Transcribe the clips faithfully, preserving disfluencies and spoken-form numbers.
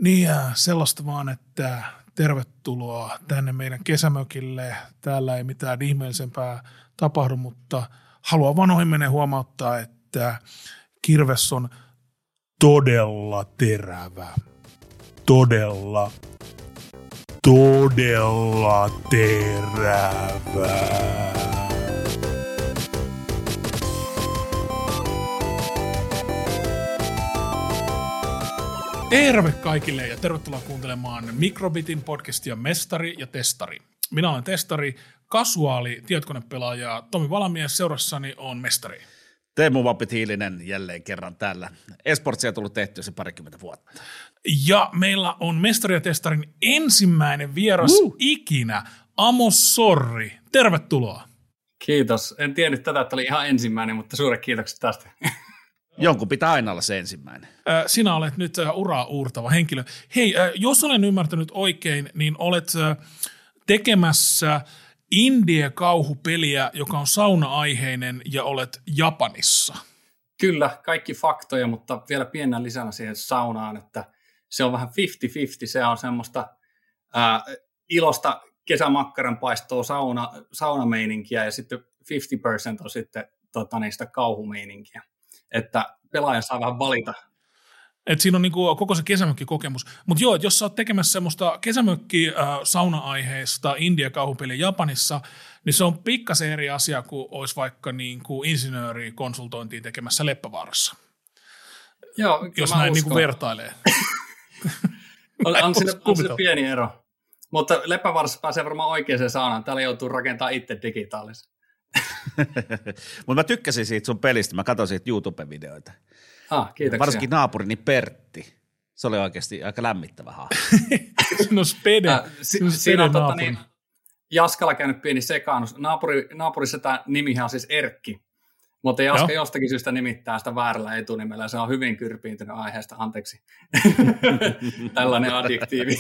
Niin ja sellaista vaan, että tervetuloa tänne meidän kesämökille. Täällä ei mitään ihmeellisempää tapahdu, mutta haluan vaan ohimenen huomauttaa, että kirves on todella terävä. Todella, todella terävä. Terve kaikille ja tervetuloa kuuntelemaan Microbitin podcastia Mestari ja Testari. Minä olen Testari, kasuaali tietokonepelaaja Tomi Valamies, seurassani on Mestari. Teemu Vapit-Hiilinen jälleen kerran täällä. Esportsia on tullut tehtyä se parikymmentä vuotta. Ja meillä on Mestari ja Testarin ensimmäinen vieras uh. ikinä, Amos Sorri. Tervetuloa. Kiitos. En tiennyt tätä, että oli ihan ensimmäinen, mutta suuret kiitokset tästä. Jonkun pitää aina olla se ensimmäinen. Sinä olet nyt uraa uurtava henkilö. Hei, jos olen ymmärtänyt oikein, niin olet tekemässä indie-kauhupeliä, joka on sauna-aiheinen ja olet Japanissa. Kyllä, kaikki faktoja, mutta vielä pienenä lisänä siihen saunaan, että se on vähän viisikymmentä viisikymmentä. Se on semmoista ää, ilosta kesämakkaran paistoa sauna, saunameininkiä ja sitten viisikymmentä prosenttia on sitten tota, niistä kauhumeininkiä. Että pelaaja saa vähän valita. Et siinä on niinku koko se kesämökkikokemus. Mutta joo, jos sä oot tekemässä semmoista kesämökki-sauna-aiheista India-kauhupeliä Japanissa, niin se on pikkasen eri asia kuin olisi vaikka niinku insinöörikonsultointia tekemässä Leppävaarassa. Joo, jos näin niinku vertailee. on, on, siinä, on siinä pieni ero. Mutta Leppävaarassa pääsee varmaan oikeaan saunaan. Täällä joutuu rakentamaan itse digitaalisesti. Mutta mä tykkäsin siitä sun pelistä, mä katsoin siitä YouTube-videoita. Ah, kiitoksia. Varsinkin naapurini Pertti, se oli oikeasti aika lämmittävä hahmo. No spede. Äh, si- siinä on totta niin, Jaskalla käynyt pieni sekaannus. Naapuri, naapurisetä nimihän on siis Erkki, mutta Jaska Joo. jostakin syystä nimittää sitä väärällä etunimellä, ja se on hyvin kyrpiintynyt aiheesta, anteeksi. Tällainen adjektiivi.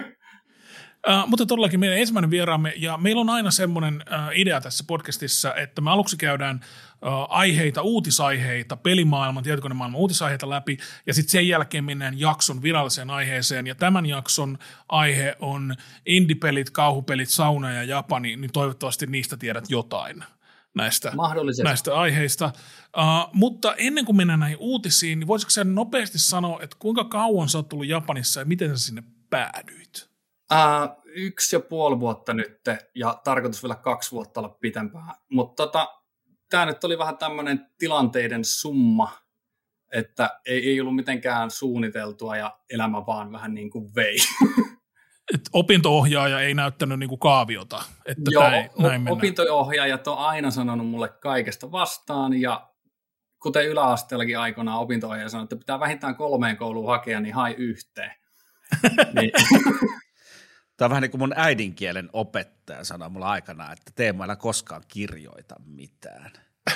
Uh, mutta todellakin meidän ensimmäinen vieraamme, ja meillä on aina semmoinen uh, idea tässä podcastissa, että me aluksi käydään uh, aiheita, uutisaiheita, pelimaailman, tietokonemaailman uutisaiheita läpi, ja sitten sen jälkeen mennään jakson viralliseen aiheeseen, ja tämän jakson aihe on indie-pelit, kauhupelit, sauna ja Japani, niin toivottavasti niistä tiedät jotain näistä, näistä aiheista. Uh, mutta ennen kuin mennään näihin uutisiin, niin voisitko sä nopeasti sanoa, että kuinka kauan sä oot tullut Japanissa ja miten sä sinne päädyit? Uh, yksi ja puoli vuotta nyt ja tarkoitus vielä kaksi vuotta olla pitempään, mutta tota, tämä nyt oli vähän tämmöinen tilanteiden summa, että ei, ei ollut mitenkään suunniteltua ja elämä vaan vähän niin kuin vei. Et opinto-ohjaaja ei näyttänyt niin kuin kaaviota, että Joo, näin, näin mennään. Opinto-ohjaajat on aina sanonut mulle kaikesta vastaan ja kuten yläasteellakin aikoinaan opinto-ohjaaja sanoi, että pitää vähintään kolmeen kouluun hakea, niin hai yhteen. niin. Tämä on vähän niin kuin mun äidinkielen opettaja sanoi mulla aikanaan, että Teemu, älä koskaan kirjoita mitään.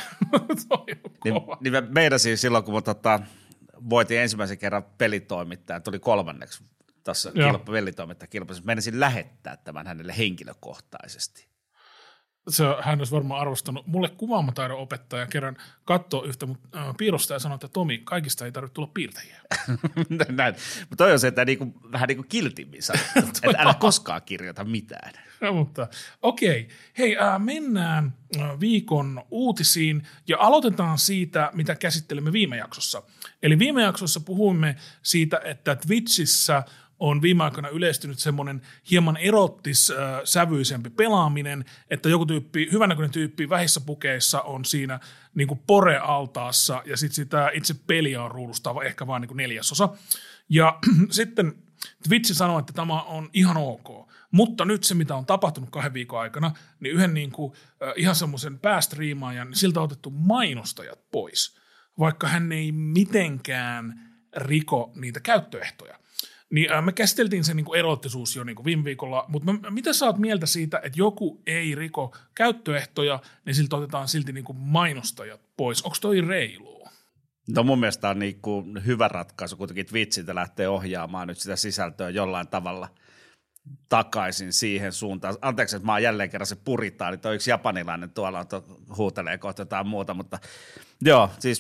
niin, niin me meidäsin silloin, kun mä tota, voitin ensimmäisen kerran pelitoimittajan, tuli kolmanneksi tuossa kilpa, pelitoimittajan kilpailussa, meinasin lähettää tämän hänelle henkilökohtaisesti. Se, hän olisi varmaan arvostanut. Mulle kuvaamataidon opettaja kerran katsoi yhtä äh, piirusta ja sanoi, että Tomi, kaikista ei tarvitse tulla piirtäjiä. Näin. Mutta toi on se, että niinku, vähän niin kuin kiltimmin sanottu, että älä koskaan kirjoita mitään. No, mutta okei. Okay. Hei, äh, mennään äh, viikon uutisiin ja aloitetaan siitä, mitä käsittelimme viime jaksossa. Eli viime jaksossa puhuimme siitä, että Twitchissä on viime aikoina yleistynyt semmoinen hieman erottis-sävyisempi pelaaminen, että joku tyyppi, hyvänäköinen tyyppi vähissä pukeissa on siinä niin kuin pore-altaassa, ja sitten sitä itse peliä on ruudusta ehkä vain niin kuin neljäsosa. Ja sitten Twitch sanoi, että tämä on ihan ok. Mutta nyt se, mitä on tapahtunut kahden viikon aikana, niin yhden niin kuin, äh, ihan semmoisen päästriimaajan, niin siltä on otettu mainostajat pois, vaikka hän ei mitenkään riko niitä käyttöehtoja. Niin äh, me käsiteltiin sen niin erottisuus jo niin viime viikolla, mutta mä, mitä sä oot mieltä siitä, että joku ei riko käyttöehtoja, niin siltä otetaan silti niin mainostajat pois? Onko toi reilua? No mun mielestä on niin kuin hyvä ratkaisu kuitenkin Twitchiltä lähtee ohjaamaan nyt sitä sisältöä jollain tavalla takaisin siihen suuntaan. Anteeksi, että mä oon jälleen kerran se puritaan, niin toi yksi japanilainen tuolla huutelee kohta jotain muuta, mutta joo, siis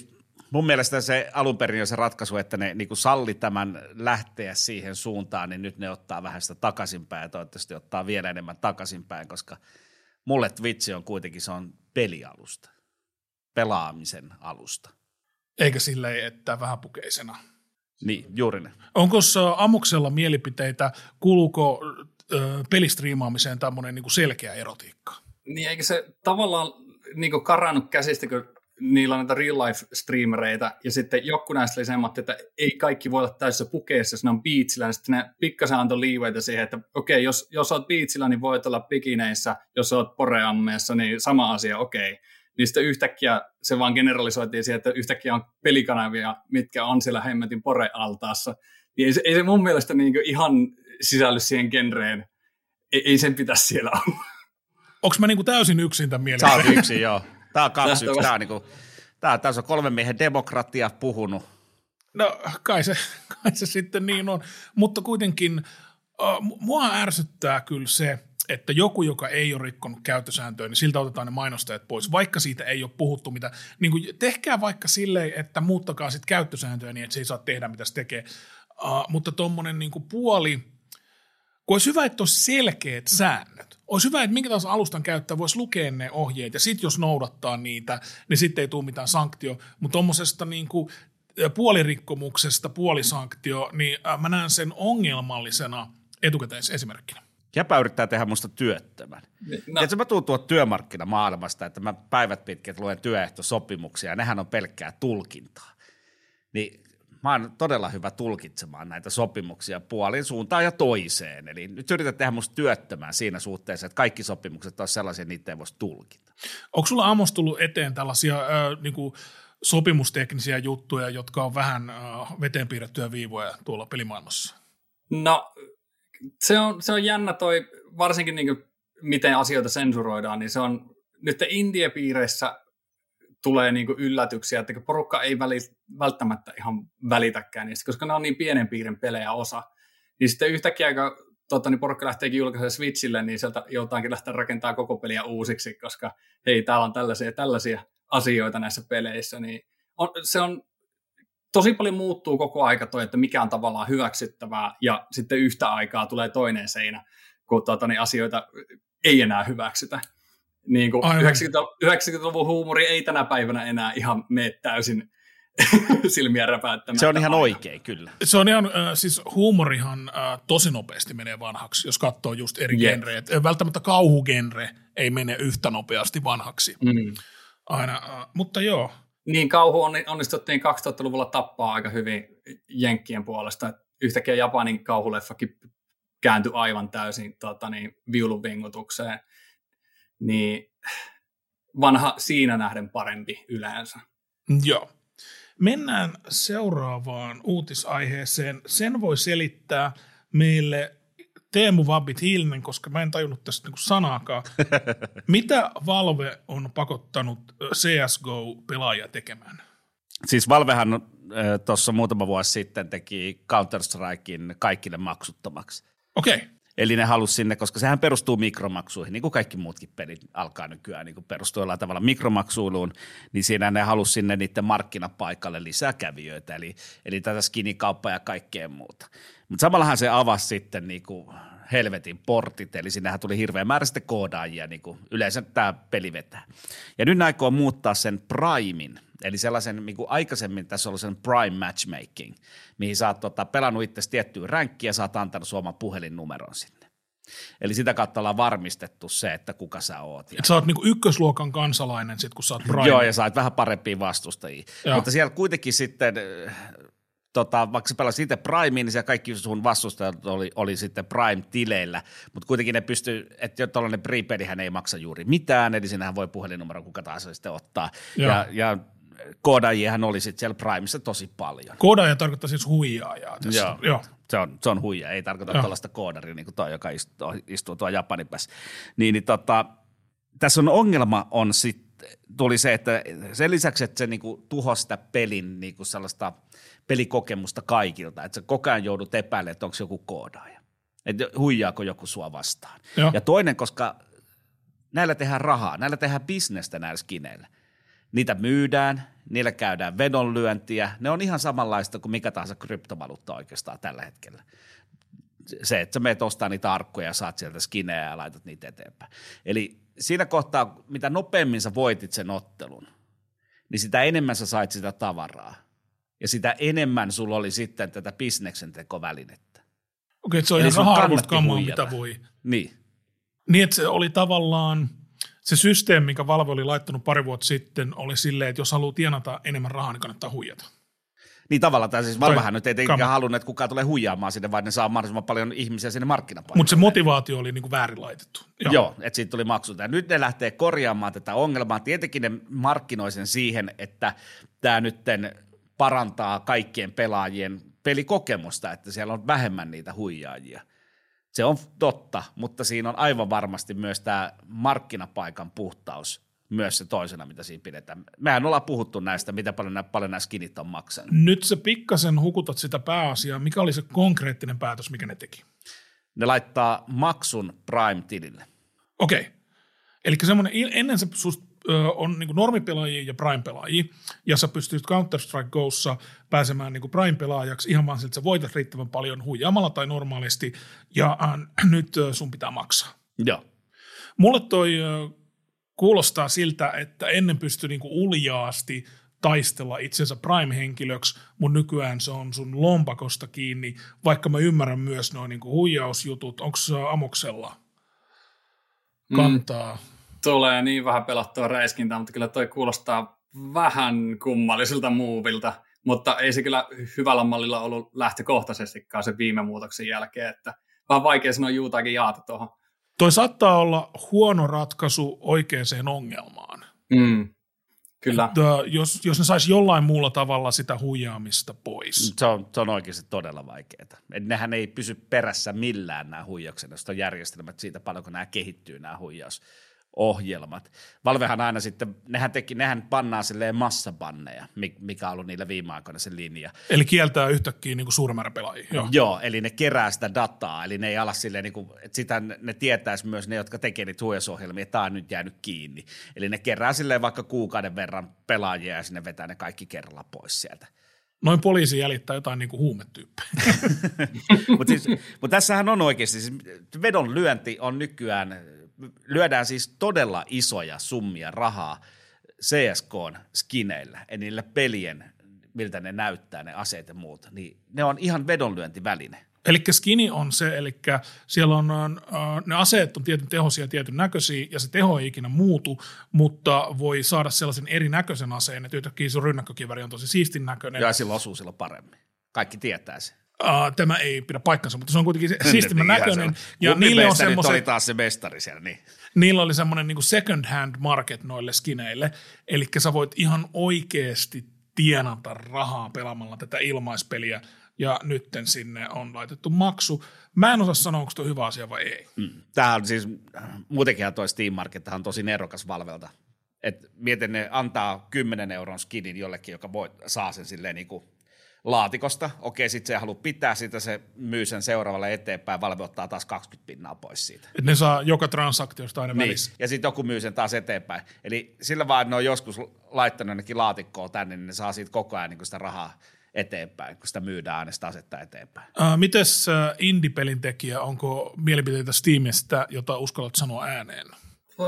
Mun mielestä se alun perin on se ratkaisu, että ne niin kuin salli tämän lähteä siihen suuntaan, niin nyt ne ottaa vähän sitä takaisinpäin ja toivottavasti ottaa vielä enemmän takaisinpäin, koska mulle Twitch on kuitenkin se on pelialusta, pelaamisen alusta. Eikä silleen, että vähäpukeisena. Niin, juuri ne. Onko Amoksella mielipiteitä, kuuluuko ö, pelistriimaamiseen tämmöinen niin kuin selkeä erotiikka? Niin eikö se tavallaan niin kuin karannut käsistä, kun niillä on näitä real-life-streamereita, ja sitten joku näistä oli semmoinen, että ei kaikki voi olla täysissä pukeissa, jos ne on biitsillä, niin sitten ne pikkasen antoi liiveitä siihen, että okei, jos, jos olet biitsillä, niin voit olla bikineissä, jos olet poreammeessa, niin sama asia, okei. Niin sitten yhtäkkiä se vaan generalisoitiin siihen, että yhtäkkiä on pelikanavia, mitkä on siellä hemmetin porealtaassa. Niin ei se, ei se mun mielestä niin kuin ihan sisälly siihen genreen, ei, ei sen pitäisi siellä olla. Onko mä niin kuin täysin yksin tämän mielestä? Sä oot yksin, joo. Tämä on kaksi yksi. Tämä on, niinku, tää, tässä on kolmen miehen demokratia puhunut. No kai se, kai se sitten niin on, mutta kuitenkin uh, mua ärsyttää kyllä se, että joku, joka ei ole rikkonut käyttösääntöä, niin siltä otetaan ne mainostajat pois, vaikka siitä ei ole puhuttu mitä. Niin kuin, tehkää vaikka silleen, että muuttakaa sitten käyttösääntöä niin, että se ei saa tehdä mitä se tekee. Uh, mutta tuommoinen niin kuin puoli, kun olisi hyvä, että olisi selkeät säännöt. Olisi hyvä, että minkä tahansa alustan käyttäjä voisi lukea ne ohjeet, ja sitten jos noudattaa niitä, niin sitten ei tule mitään sanktio. Mutta tuommoisesta niin kuin puolirikkomuksesta puolisanktio, niin mä näen sen ongelmallisena etukäteisesimerkkinä. Jäpä yrittää tehdä musta työttömän. No. Että mä tuun tuolta työmarkkinamaailmasta, että mä päivät pitkät luen työehtosopimuksia, ja nehän on pelkkää tulkintaa. Niin mä oon todella hyvä tulkitsemaan näitä sopimuksia puolin suuntaan ja toiseen. Eli nyt yrität tehdä musta työttömän siinä suhteessa, että kaikki sopimukset olisi sellaisia, että niitä ei voisi tulkita. Onko sulla Amos tullut eteen tällaisia äh, niin kuin sopimusteknisiä juttuja, jotka on vähän äh, veteen piirrettyjä viivoja tuolla pelimaailmassa? No se on, se on jännä toi, varsinkin niin kuin, miten asioita sensuroidaan, niin se on nyt indie-piireissä tulee niin kuin yllätyksiä, että porukka ei väli, välttämättä ihan välitäkään niistä, koska ne on niin pienen piirin pelejä osa. Niin sitten yhtäkkiä, kun tota, niin porukka lähteekin julkaisemaan Switchille, niin sieltä joutaankin lähteä rakentamaan koko peliä uusiksi, koska hei, täällä on tällaisia tällaisia asioita näissä peleissä. Niin on, se on tosi paljon muuttuu koko aika toi, että mikä on tavallaan hyväksyttävää, ja sitten yhtä aikaa tulee toinen seinä, kun tota, niin asioita ei enää hyväksytä. Niin kuin yhdeksänkymmentäluvun huumori ei tänä päivänä enää ihan mene täysin silmiä räpäyttämättä. Se on ihan oikein, kyllä. Se on ihan, äh, siis huumorihan äh, tosi nopeasti menee vanhaksi, jos katsoo just eri yep. genreitä. Välttämättä kauhugenre ei mene yhtä nopeasti vanhaksi. Mm. Aina, äh, mutta joo. Niin, kauhu onnistuttiin kaksituhattaluvulla tappaa aika hyvin jenkkien puolesta. Yhtäkkiä Japanin kauhuleffakin kääntyi aivan täysin tota, niin, viulunvingutukseen. Niin vanha siinä nähden parempi yleensä. Joo. Mennään seuraavaan uutisaiheeseen. Sen voi selittää meille Teemu Vabbit Hiilinen, koska mä en tajunnut tästä niinku sanaakaan. Mitä Valve on pakottanut C S G O-pelaajia tekemään? Siis Valvehan äh, tuossa muutama vuosi sitten teki Counter-Strikein kaikille maksuttomaksi. Okei. Okay. Eli ne halusi sinne, koska sehän perustuu mikromaksuihin, niin kuin kaikki muutkin pelit alkaa nykyään niin kuin perustuu jollain tavalla mikromaksuiluun, niin siinä ne halusi sinne niiden markkinapaikalle lisää kävijöitä, eli, eli tätä skinikauppaa ja kaikkea muuta. Mutta samallahan se avasi sitten niin kuin helvetin portit, eli sinnehän tuli hirveän määrä sitten koodaajia, niin kuin yleensä tämä peli vetää. Ja nyt aikoo muuttaa sen Primein, eli sellaisen, niin kuin aikaisemmin tässä on ollut sen Prime Matchmaking, mihin sä oot tota, pelannut itse tiettyä ränkkiä ja sä oot antanut sun oman puhelinnumeron sinne. Eli sitä kautta ollaan varmistettu se, että kuka sä oot. Et sä oot niinku ykkösluokan kansalainen sit, kun sä oot Prime. Joo, ja sä oot vähän parempia vastustajia. Joo. Mutta siellä kuitenkin sitten, tota, vaikka sä pelasit itse Primeen, niin siellä kaikki sun vastustajat oli, oli sitten Prime-tileillä, mutta kuitenkin ne pystyy, että tuollainen prepaidihän ei maksa juuri mitään, eli sinähän voi puhelinnumeron kuka tahansa sitten ottaa. Joo. Ja, ja koodaajiahan oli sitten siellä Primessa tosi paljon. Koodaaja tarkoittaa siis huijaajaa tässä. Joo, Joo. Se, on, se on huija, ei tarkoita Joo. tällaista koodaria, niin kuin tuo, joka istuu, istuu tuo Japanin päässä. Niin, niin tota, tässä on ongelma on sitten, tuli se, että sen lisäksi, että se niinku tuhosi sitä pelin niinku sellaista pelikokemusta kaikilta, että sä koko ajan joudut epäilemään, että onko joku koodaaja, että huijaako joku sua vastaan. Joo. Ja toinen, koska näillä tehdään rahaa, näillä tehdään bisnestä näillä skineillä, Niitä myydään, niillä käydään vedonlyöntiä. Ne on ihan samanlaista kuin mikä tahansa kryptovaluutta oikeastaan tällä hetkellä. Se, että sä meet ostaa niitä arkkuja ja saat sieltä skinejä ja laitat niitä eteenpäin. Eli siinä kohtaa, mitä nopeammin sä voitit sen ottelun, niin sitä enemmän sä sait sitä tavaraa. Ja sitä enemmän sulla oli sitten tätä bisneksen tekovälinettä. Okei, että se on ihan raha-arvoista kammaa, mitä voi. Niin. Niin, että se oli tavallaan, se systeemi, minkä Valve oli laittanut pari vuotta sitten, oli silleen, että jos haluaa tienata enemmän rahaa, niin kannattaa huijata. Niin tavallaan, tai siis Valvehan nyt ei tietenkään halunnut, että kukaan tulee huijaamaan sinne, vaan ne saa mahdollisimman paljon ihmisiä sinne markkinapaikalle. Mutta se motivaatio oli niin kuin väärin laitettu. Joo, Joo että siitä tuli maksulta. Ja nyt ne lähtee korjaamaan tätä ongelmaa. Tietenkin ne markkinoi sen siihen, että tämä nyt parantaa kaikkien pelaajien pelikokemusta, että siellä on vähemmän niitä huijaajia. Se on totta, mutta siinä on aivan varmasti myös tämä markkinapaikan puhtaus myös se toisena, mitä siinä pidetään. Mehän ollaan puhuttu näistä, mitä paljon nämä, paljon nämä skinit on maksanut. Nyt sä pikkasen hukutat sitä pääasiaa. Mikä oli se konkreettinen päätös, mikä ne teki? Ne laittaa maksun Prime-tilille. Okei. Okay. Eli semmoinen, ennen se susta on niin normipelaajia ja Prime-pelaajia, ja sä pystyt Counter-Strike Go'ssa pääsemään niin Prime-pelaajaksi ihan vaan siltä, että sä voitat riittävän paljon huijaamalla tai normaalisti, ja äh, nyt äh, sun pitää maksaa. Joo. Mulle toi äh, kuulostaa siltä, että ennen pystyi niin uljaasti taistella itsensä Prime-henkilöksi, mutta nykyään se on sun lompakosta kiinni, vaikka mä ymmärrän myös noin niin huijausjutut. Onko se Amoksella kantaa? Mm. Tulee niin vähän pelattua räiskintää, mutta kyllä toi kuulostaa vähän kummalliselta muuvilta, mutta ei se kyllä hyvällä mallilla ollut lähtökohtaisestikaan sen viime muutoksen jälkeen, että vähän vaikea sanoa juutaakin jaata tuohon. Toi saattaa olla huono ratkaisu oikeaan ongelmaan. Mm, kyllä. Että jos, jos ne saisi jollain muulla tavalla sitä huijaamista pois. Se on, se on oikeasti todella vaikeaa. Et nehän ei pysy perässä millään nämä huijaukset, jos on järjestelmät siitä paljonko nämä kehittyy nämä huijaus. Ohjelmat. Valvehan aina sitten, nehän, teki, nehän pannaan silleen massabanneja, mikä on ollut niillä viime aikoina se linja. Eli kieltää yhtäkkiä niin kuin suuren määrän pelaajia. Joo. Joo, eli ne kerää sitä dataa, eli ne ei ala silleen, niin kuin, että sitä ne tietäisi myös ne, jotka tekee niitä huijausohjelmia, että tämä on nyt jäänyt kiinni. Eli ne kerää silleen vaikka kuukauden verran pelaajia ja sinne vetää ne kaikki kerralla pois sieltä. Noin poliisi jäljittää jotain niin kuin huumetyyppejä. Mutta siis, mut tässähän on oikeasti, siis vedon lyönti on nykyään, lyödään siis todella isoja summia rahaa C S K:n skineillä, eli niillä pelien, miltä ne näyttää, ne aseet ja muut, niin ne on ihan vedonlyöntiväline. Eli skini on se, eli siellä on, äh, ne aseet on tietyn tehoisia ja tietyn näköisiä, ja se teho ei ikinä muutu, mutta voi saada sellaisen erinäköisen aseen, että yhtäkkiä sun rynnäkkökiväri on tosi siistin näköinen. Ja sillä osuu silloin paremmin. Kaikki tietää se. Uh, tämä ei pidä paikkansa, mutta se on kuitenkin siistimmän näköinen. Ja niille on semmoiset, oli taas se mestari siellä. Niin. Niillä oli semmoinen niin kuin second hand market noille skineille, eli sä voit ihan oikeasti tienata rahaa pelaamalla tätä ilmaispeliä, ja nytten sinne on laitettu maksu. Mä en osaa sanoa, onko tuo hyvä asia vai ei. Mm. Tämä on siis, muutenkinhan toi Steam Market on tosi nerokas Valvelta. Et mietin, ne antaa kymmenen euron skinin jollekin, joka voi, saa sen silleen niin kuin laatikosta. Okei, sitten se ei halua pitää sitä, se myy sen seuraavalle eteenpäin, Valve ottaa taas kaksikymmentä pinnaa pois siitä. Et ne saa joka transaktiosta aina niin. välissä. Ja sitten joku myy sen taas eteenpäin. Eli sillä vaan, että ne on joskus laittanut ainakin laatikkoa tänne, niin ne saa siitä koko ajan niin sitä rahaa eteenpäin, kun sitä myydään aina sitä asetta eteenpäin. Uh, mites uh, indie-pelin tekijä, onko mielipiteitä Steamista, jota uskallat sanoa ääneen? Uh,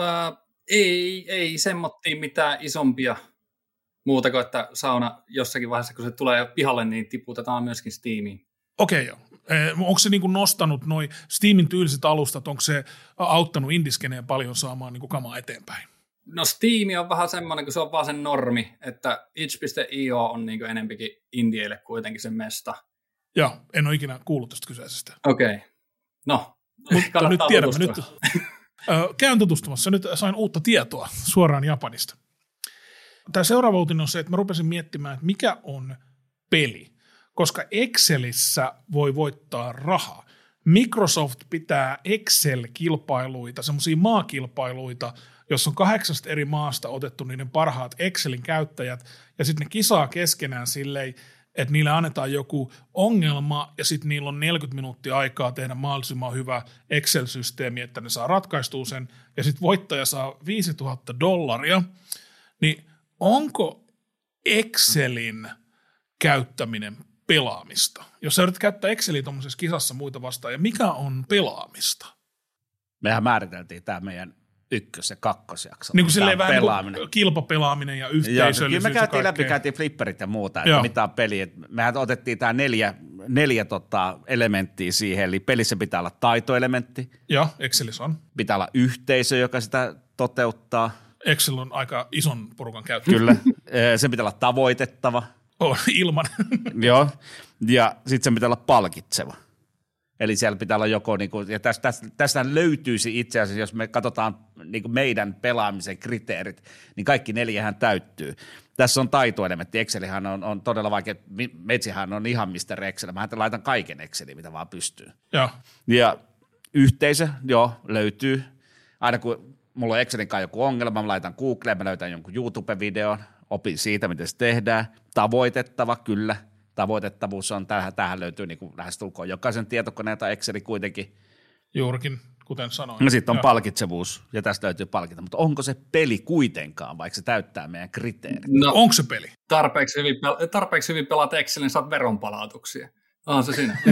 ei, ei semmoittiin mitään isompia muuta kuin, että sauna jossakin vaiheessa, kun se tulee pihalle, niin tiputetaan myöskin Steamiin. Okei, okay, joo. Eh, onko se niinku nostanut noi Steamin tyyliset alustat, onko se auttanut indiskeneen paljon saamaan niinku kamaa eteenpäin? No Steam on vähän semmoinen, kun se on vaan sen normi, että itch piste io on niinku enempikin indieille kuitenkin se mesta. Joo, en ole ikinä kuullut tästä kyseisestä. Okei, okay. No, mutta nyt tiedämme. Nyt, käyn tutustumassa. Nyt sain uutta tietoa suoraan Japanista. Tämä seuraava uutinen on se, että mä rupesin miettimään, että mikä on peli, koska Excelissä voi voittaa rahaa. Microsoft pitää Excel-kilpailuita, semmoisia maakilpailuita, jossa on kahdeksasta eri maasta otettu niiden parhaat Excelin käyttäjät, ja sitten ne kisaa keskenään silleen, että niille annetaan joku ongelma, ja sitten niillä on neljäkymmentä minuuttia aikaa tehdä mahdollisimman hyvä Excel-systeemi, että ne saa ratkaistua sen, ja sitten voittaja saa viisituhatta dollaria, niin onko Excelin käyttäminen pelaamista? Jos sä yrität käyttää Exceliä tuommoisessa kisassa muita vastaan, ja mikä on pelaamista? Mehän määriteltiin tämä meidän ykkös- ja kakkosjakso. Niin kuin silleen vähän pelaaminen. Niin kuin kilpapelaaminen ja yhteisöllisyys. Joo, me käytiin läpi, käytiin flipperit ja muuta, että Joo. mitä on peli. Et mehän otettiin tämä neljä, neljä tota elementtiä siihen, eli pelissä pitää olla taitoelementti. Joo, Excelissä on. Pitää olla yhteisö, joka sitä toteuttaa. Excel on aika ison porukan käyttö. Kyllä. Sen pitää olla tavoitettava. On, ilman. Joo, ja sitten sen pitää olla palkitseva. Eli siellä pitää olla joko, niin kuin, ja tästä, tästä, tästä löytyisi itse asiassa, jos me katsotaan niin kuin meidän pelaamisen kriteerit, niin kaikki neljähän täyttyy. Tässä on taitoelementti. Excelihän on, on todella vaikea, Metsihän on ihan mister Excel. Mä laitan kaiken Exceliin, mitä vaan pystyy. Ja, ja yhteisö, joo, löytyy. Aina kun mulla on Excelin kanssa joku ongelma, mä laitan Googleen, mä löytän jonkun YouTube-videon, opin siitä, miten se tehdään. Tavoitettava, kyllä. Tavoitettavuus on, tähän, tähän löytyy niin kuin lähestulkoon jokaisen tietokoneen tai Exceli kuitenkin. Juurikin, kuten sanoin. No sitten on ja. palkitsevuus, ja tästä löytyy palkinta. Mutta onko se peli kuitenkaan, vaikka se täyttää meidän kriteerit? No, onko se peli? Tarpeeksi hyvin, pel- tarpeeksi hyvin pelaat Excelin, saat veronpalautuksia. On se siinä.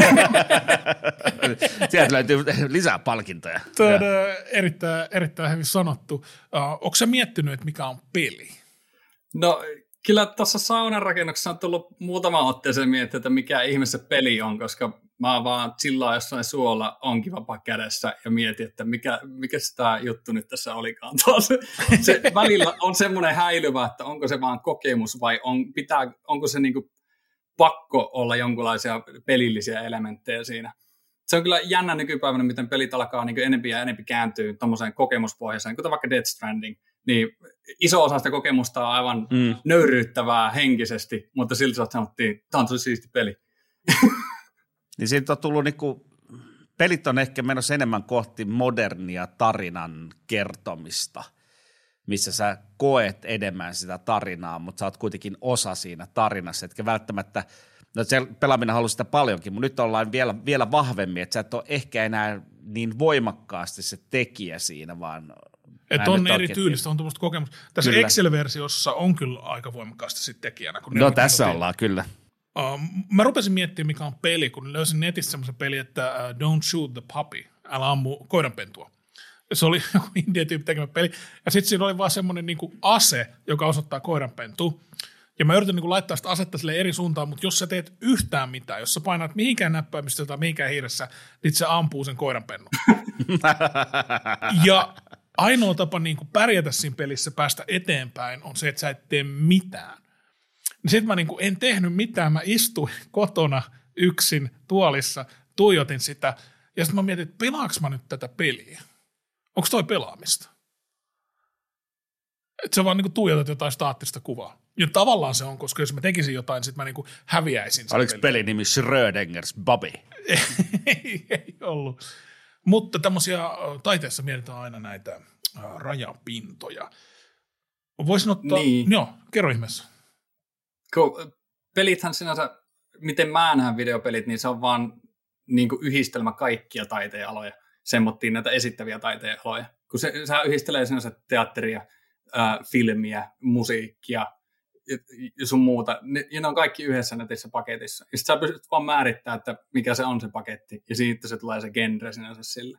Sieltä löytyy lisää palkintoja. Tämä on erittäin, erittäin hyvin sanottu. Uh, onko sä miettinyt, että mikä on peli? No kyllä tuossa saunan rakennuksessa on tullut muutama otteeseen miettiä, että mikä ihme se peli on, koska mä vaan chillaan jossain suolla onkivapa kädessä ja mietin, että mikä, mikä tämä juttu nyt tässä olikaan taas. Se välillä on semmoinen häilyvä, että onko se vaan kokemus vai on, pitää, onko se niinku pakko olla jonkinlaisia pelillisiä elementtejä siinä. Se on kyllä jännä nykypäivänä, miten pelit alkaa niin enempi ja enempi kääntyä tommoseen kokemuspohjaiseen, kuten vaikka Death Stranding, niin iso osa sitä kokemusta on aivan mm. nöyryyttävää henkisesti, mutta silti sanottiin, tämä on tosi siisti peli. Niin siitä on tullut niinku, pelit on ehkä menossa enemmän kohti modernia tarinan kertomista, missä sä koet enemmän sitä tarinaa, mutta sä oot kuitenkin osa siinä tarinassa, etkä välttämättä, no se pelaaminen haluaa sitä paljonkin, mutta nyt ollaan vielä, vielä vahvemmin, että sä et ole ehkä enää niin voimakkaasti se tekijä siinä, vaan että on eri tyylistä, on tuommoista kokemusta. Tässä kyllä. Excel-versiossa on kyllä aika voimakkaasti sit tekijänä. Kun no tässä ollaan kyllä. Uh, mä rupesin miettimään, mikä on peli, kun löysin netistä semmoisen peli, että uh, Don't Shoot the Puppy, älä ammu koiranpentua. Se oli joku indie-tyyppi tekemä peli. Ja sitten siinä oli vaan semmoinen niinku ase, joka osoittaa koiranpentua. Ja mä yritän niinku laittaa sitä asetta sille eri suuntaan, mutta jos sä teet yhtään mitään, jos sä painat mihinkään näppäimistä tai mihinkään hiiressä, niin se ampuu sen koiranpennun. Ja ainoa tapa niinku pärjätä siinä pelissä, päästä eteenpäin, on se, että sä et tee mitään. Sitten mä niinku en tehnyt mitään, mä istuin kotona yksin tuolissa, tuijotin sitä, ja sitten mä mietin, että pelaanko mä nyt tätä peliä? Onko toi pelaamista? Että sä vaan niinku tuijotat jotain staattista kuvaa. Ja tavallaan se on, koska jos mä tekisin jotain, sitten mä niinku häviäisin. Oliko pelin nimi Schrödingers Bobby? ei, ei ollut. Mutta tämmöisiä taiteessa mietitään aina näitä rajapintoja. Voisin ottaa, niin. Joo, kerro ihmeessä. Kun pelithän sinänsä, miten mä näen videopelit, niin se on vaan niin kuin yhdistelmä kaikkia taiteenaloja. Semmottiin näitä esittäviä taiteenaloja. Kun se, se yhdistelee sinänsä teatteria, ää, filmiä, musiikkia ja, ja sun muuta, ne, ja ne on kaikki yhdessä netissä paketissa. Ja sit sä pystyt vaan määrittämään, että mikä se on se paketti, ja siitä se tulee se genre sinänsä sille.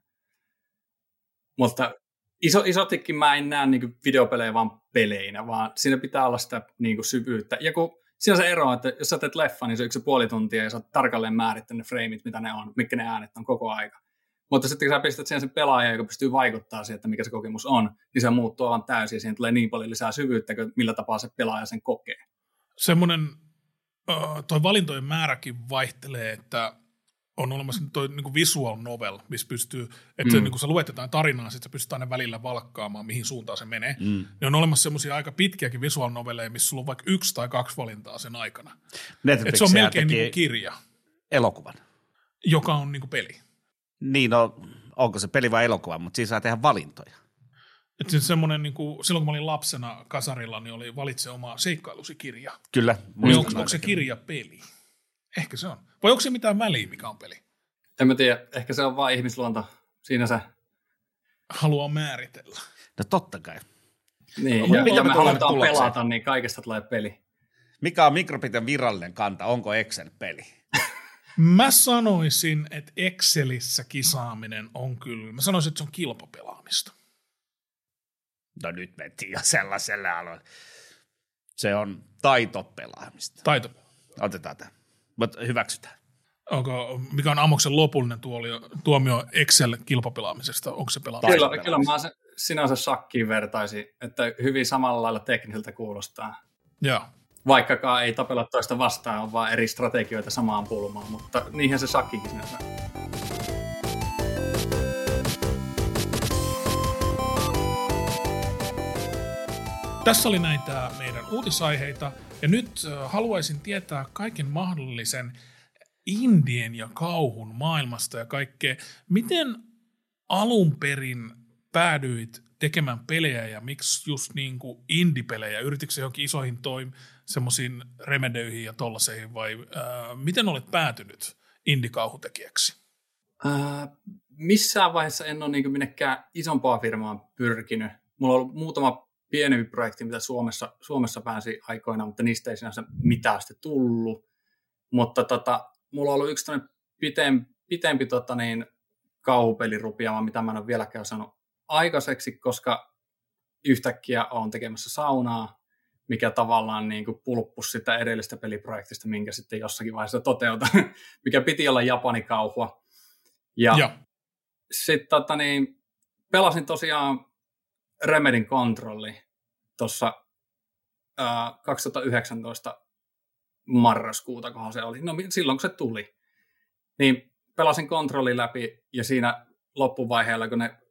Mutta iso, isotikin mä en näe niin videopelejä vaan peleinä, vaan siinä pitää olla sitä niin syvyyttä. Ja kun siinä se ero, että jos sä teet leffa, niin se on yksi puoli tuntia, ja sä oot tarkalleen määrittänyt ne frameit, mitä ne on, mitkä ne äänet on koko aika. Mutta sitten kun sä pistät siihen sen pelaajan, joka pystyy vaikuttaa siihen, että mikä se kokemus on, niin se muuttuu aivan täysin, ja siihen tulee niin paljon lisää syvyyttä, millä tapaa se pelaaja sen kokee. Semmoinen, toi valintojen määräkin vaihtelee, että on olemassa toi niin kuin visual novel, missä pystyy, että mm. se, niin kun sä luet jotain tarinaa, sitten sä pystyt aina välillä valkkaamaan, mihin suuntaan se menee. Mm. Niin on olemassa semmoisia aika pitkiäkin visual noveleja, missä sulla on vaikka yksi tai kaksi valintaa sen aikana. Että se on melkein niin kuin kirja. Elokuvan. Joka on niin kuin peli. Niin, no onko se peli vai elokuva, mutta siinä saa tehdä valintoja. Että siis semmoinen, niin kuin, silloin kun mä olin lapsena kasarilla, niin oli valitse oma seikkailusi kirja. Kyllä. Niin onko, onko se kirja peli? Ehkä se on. Vai onko se mitään väliä, mikä on peli? En mä tiedä. Ehkä se on vaan ihmisluonto. Siinä se. Haluaa määritellä. No totta kai. Niin, ja, ja me halutaan pelata, niin kaikesta tulee peli. Mikä on Microbitin virallinen kanta? Onko Excel-peli? Mä sanoisin, että Excelissä kisaaminen on kyllä, mä sanoisin, että se on kilpapelaamista. No nyt mentiin jo sellaiselle aloille. Se on taitopelaamista. Taito. Otetaan tämä, mutta hyväksytään. Onko, mikä on Amoksen lopullinen tuomio, tuomio Excel-kilpapelaamisesta? Onko se pelaamista? Kyllä, kyllä mä se, sinänsä shakkiin vertaisin, että hyvin samalla lailla tekniseltä kuulostaa. Joo. Vaikkakaan ei tapella toista vastaan, on vaan eri strategioita samaan pulmaan, mutta niinhän se shakkikin sinänsä. Tässä oli näitä meidän uutisaiheita, ja nyt haluaisin tietää kaiken mahdollisen indien ja kauhun maailmasta ja kaikkea. Miten alun perin päädyit tekemään pelejä ja miksi just niin kuin indie-pelejä? Yritikö se johonkin isoihin toim, semmoisiin remedeihin ja tollaseihin vai ää, miten olet päätynyt indie-kauhutekijäksi? Äh, missään vaiheessa en ole niin minnekään isompaa firmaan pyrkinyt. Mulla on ollut muutama pienempi projekti, mitä Suomessa, Suomessa pääsi aikoinaan, mutta niistä ei sinänsä mitään sitten tullut. Mutta tota, mulla on ollut yksi pitempi, pitempi tota niin, kauhupelirupiama, mitä mä en ole vieläkään saanut aikaiseksi, koska yhtäkkiä olen tekemässä saunaa, mikä tavallaan niin kuin pulppus sitä edellistä peliprojektista, minkä sitten jossakin vaiheessa toteutan, mikä piti olla japanikauhua. Ja, ja. sitten tota niin, pelasin tosiaan Remedin Controlli tuossa äh, kaksituhattayhdeksäntoista marraskuuta, kohan se oli, no silloin kun se tuli, niin pelasin Controlli läpi ja siinä loppuvaiheella, kun ne,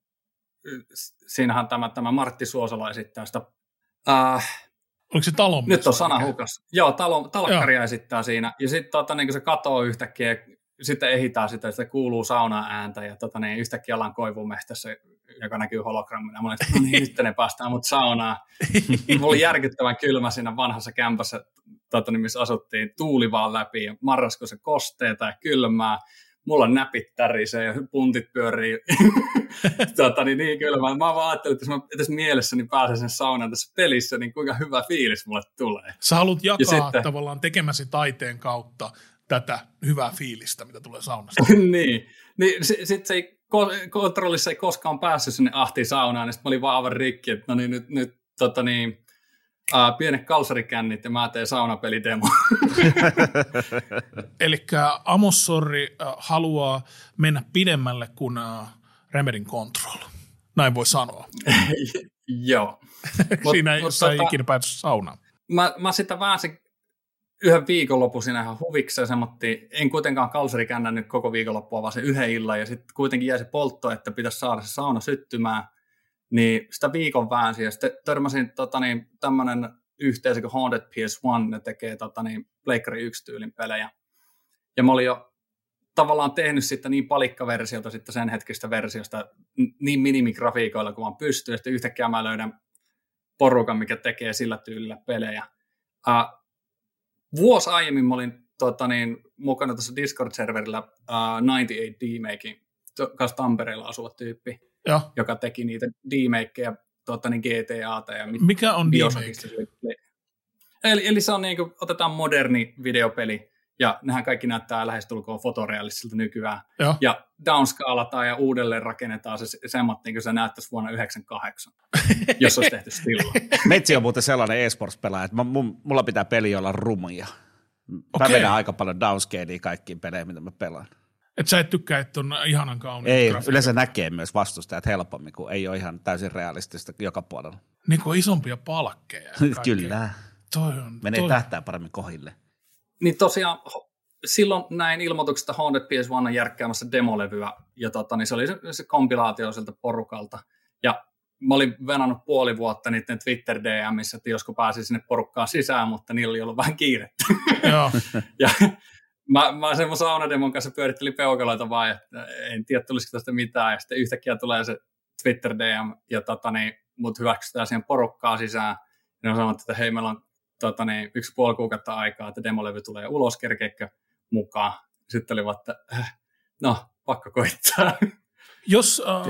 siinähän tämä, tämä Martti Suosala esittää sitä, äh, oliko se talon? Nyt on sana hukas. Joo, talon, talkkaria Joo. esittää siinä ja sitten tota, niin se katoo yhtäkkiä, sitten ehitään sitä, että kuuluu saunan ääntä ja tota, niin yhtäkkiä ollaan koivumehtässä, joka näkyy hologrammina. Mä olin, että no niin, nyt ne päästään mut saunaan. Mulla oli järkyttävän kylmä siinä vanhassa kämpässä, tota, niin, missä asuttiin, tuuli vaan läpi ja marraskuussa kosteeta ja kylmää. Mulla on näpit tärisee ja puntit pyörii. tota, niin, niin kylmää. Mä vaan ajattelin, että jos mä edes mielessäni pääsen sen saunaan tässä pelissä, niin kuinka hyvä fiilis mulle tulee. Sä haluat jakaa sitten tavallaan tekemäsi taiteen kautta tätä hyvää fiilistä, mitä tulee saunasta. niin, niin sitten se ei, kontrollissa ei koskaan päässyt sinne ahtiin saunaan, niin sitten mä olin vaan aivan rikki, että no niin, nyt, nyt tota niin, äh, pienet kalsarikännit ja mä teen saunapelidemo. Elikkä Amos Sorri äh, haluaa mennä pidemmälle kuin äh, Remedin Control. Näin voi sanoa. Joo. Siinä ei tota, ikinä päässyt saunaan. Mä, mä sitä väänsin yhden viikonlopun siinä ihan huvikseen, semmotti, en kuitenkaan kalsarikännännyt koko viikonloppua, vaan se yhden illan, ja sitten kuitenkin jäi se poltto, että pitäisi saada se sauna syttymään, niin sitä viikon väänsi, ja sitten törmäsin tota, niin, tämmöinen yhteisö kuin Haunted P S yksi, ne tekee tota, niin, Pleikkari yksi tyylin pelejä, ja mä olin jo tavallaan tehnyt sitten niin palikkaversiota sitten sen hetkistä versiosta, niin minimigrafiikoilla kuin vaan pystyy, ja sitten yhtäkkiä mä löydän porukan, mikä tekee sillä tyylillä pelejä. Uh, Vuosi aiemmin mä olin tota, niin, mukana tuossa Discord-serverillä uh, yhdeksänkymmentäkahdeksan D-Making, kanssa Tampereella asuva tyyppi, ja. joka teki niitä D-Makeja, tota, niin G T A:ta. Ja mikä on D-Make? Eli, eli se on niin kuin, otetaan moderni videopeli, ja nehän kaikki näyttää lähestulkoon fotorealistisilta nykyään. Ja, ja downskaalataan ja uudelleen rakennetaan se semmoinen, niin kuin se näyttäisi vuonna yhdeksänkymmentäkahdeksan, jos olisi tehty silloin. Metsi on muuten sellainen e-sports-pelaaja, että mulla pitää peli olla rumia. Mä okay. vedän aika paljon downscalea kaikkiin peleihin, mitä mä pelaan. Et sä et tykkää, että on ihanan kauniit Ei, grafiikat. Yleensä näkee myös vastustajat helpommin, kun ei ole ihan täysin realistista joka puolella. Niin kuin isompia palkkeja. Kyllä. Toi on, Menee toi... tähtää paremmin kohille. Niin tosiaan silloin näin ilmoituksesta Haunted P S yksi järkkäämässä demolevyä, ja tota, niin se oli se, se kompilaatio sieltä porukalta. Ja mä olin venannut puoli vuotta niiden Twitter-D M:issä, että josko pääsin sinne porukkaan sisään, mutta niillä oli ollut vähän kiirettä. Joo. ja mä, mä sen mun saunademon kanssa pyörittelin peukaloita vaan, että en tiedä tulisiko tästä mitään, ja sitten yhtäkkiä tulee se Twitter-D M, ja tota, niin, mut hyväksytään siihen porukkaan sisään, ja ne sanovat, että hei, meillä on tota, niin, yksi puoli kuukautta aikaa, että demolevy tulee ulos, kerkeekö mukaan. Sitten oli vaan, että äh, no, pakko koittaa. Jos, uh, ja,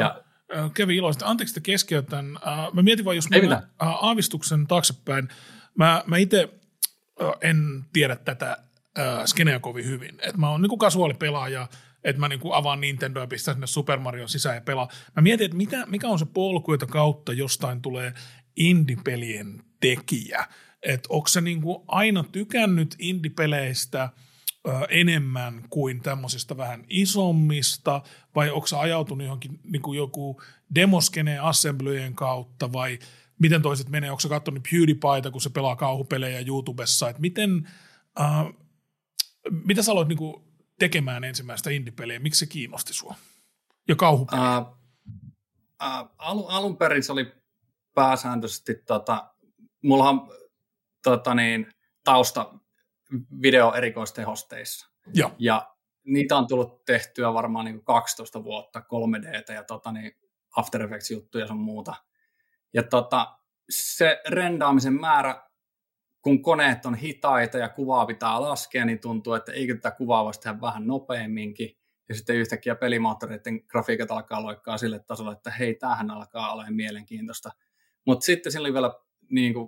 kävi iloisesti. Anteeksi, että keskeytän. Mä mietin vaan, jos mä aavistuksen taaksepäin. Mä, mä itse en tiedä tätä skeneä kovin hyvin. Et mä oon niinku kasuaalipelaaja, että mä niinku avaan Nintendoa ja pistän sinne Super Mario sisään ja pelaa. Mä mietin, että mitä, mikä on se polku, jota kautta jostain tulee indie-pelien tekijä. Että onko se niinku aina tykännyt indie-peleistä enemmän kuin tämmöisistä vähän isommista, vai onko se ajautunut johonkin niin kuin joku demoskeneen assemblyjen kautta, vai miten toiset menee, onko se katsonut PewDiePieta, kun se pelaa kauhupelejä YouTubessa, että miten, äh, mitä sä aloit niin kuin tekemään ensimmäistä indie-peliä, miksi se kiinnosti sua? Ja kauhupeliä? Uh, uh, alun, alun perin se oli pääsääntöisesti, tota, mullahan tota niin, tausta video-erikoistehosteissa. Joo. Ja niitä on tullut tehtyä varmaan niin kuin kaksitoista vuotta, kolme D:tä ja tota, niin After Effects-juttuja ja sun muuta. Ja tota, se rendaamisen määrä, kun koneet on hitaita ja kuvaa pitää laskea, niin tuntuu, että eikö tätä kuvaa voisi tehdä vähän nopeamminkin. Ja sitten yhtäkkiä pelimoottoreiden grafiikat alkaa loikkaa sille tasolle, että hei, tämähän alkaa olla mielenkiintoista. Mutta sitten siinä oli vielä niin kuin,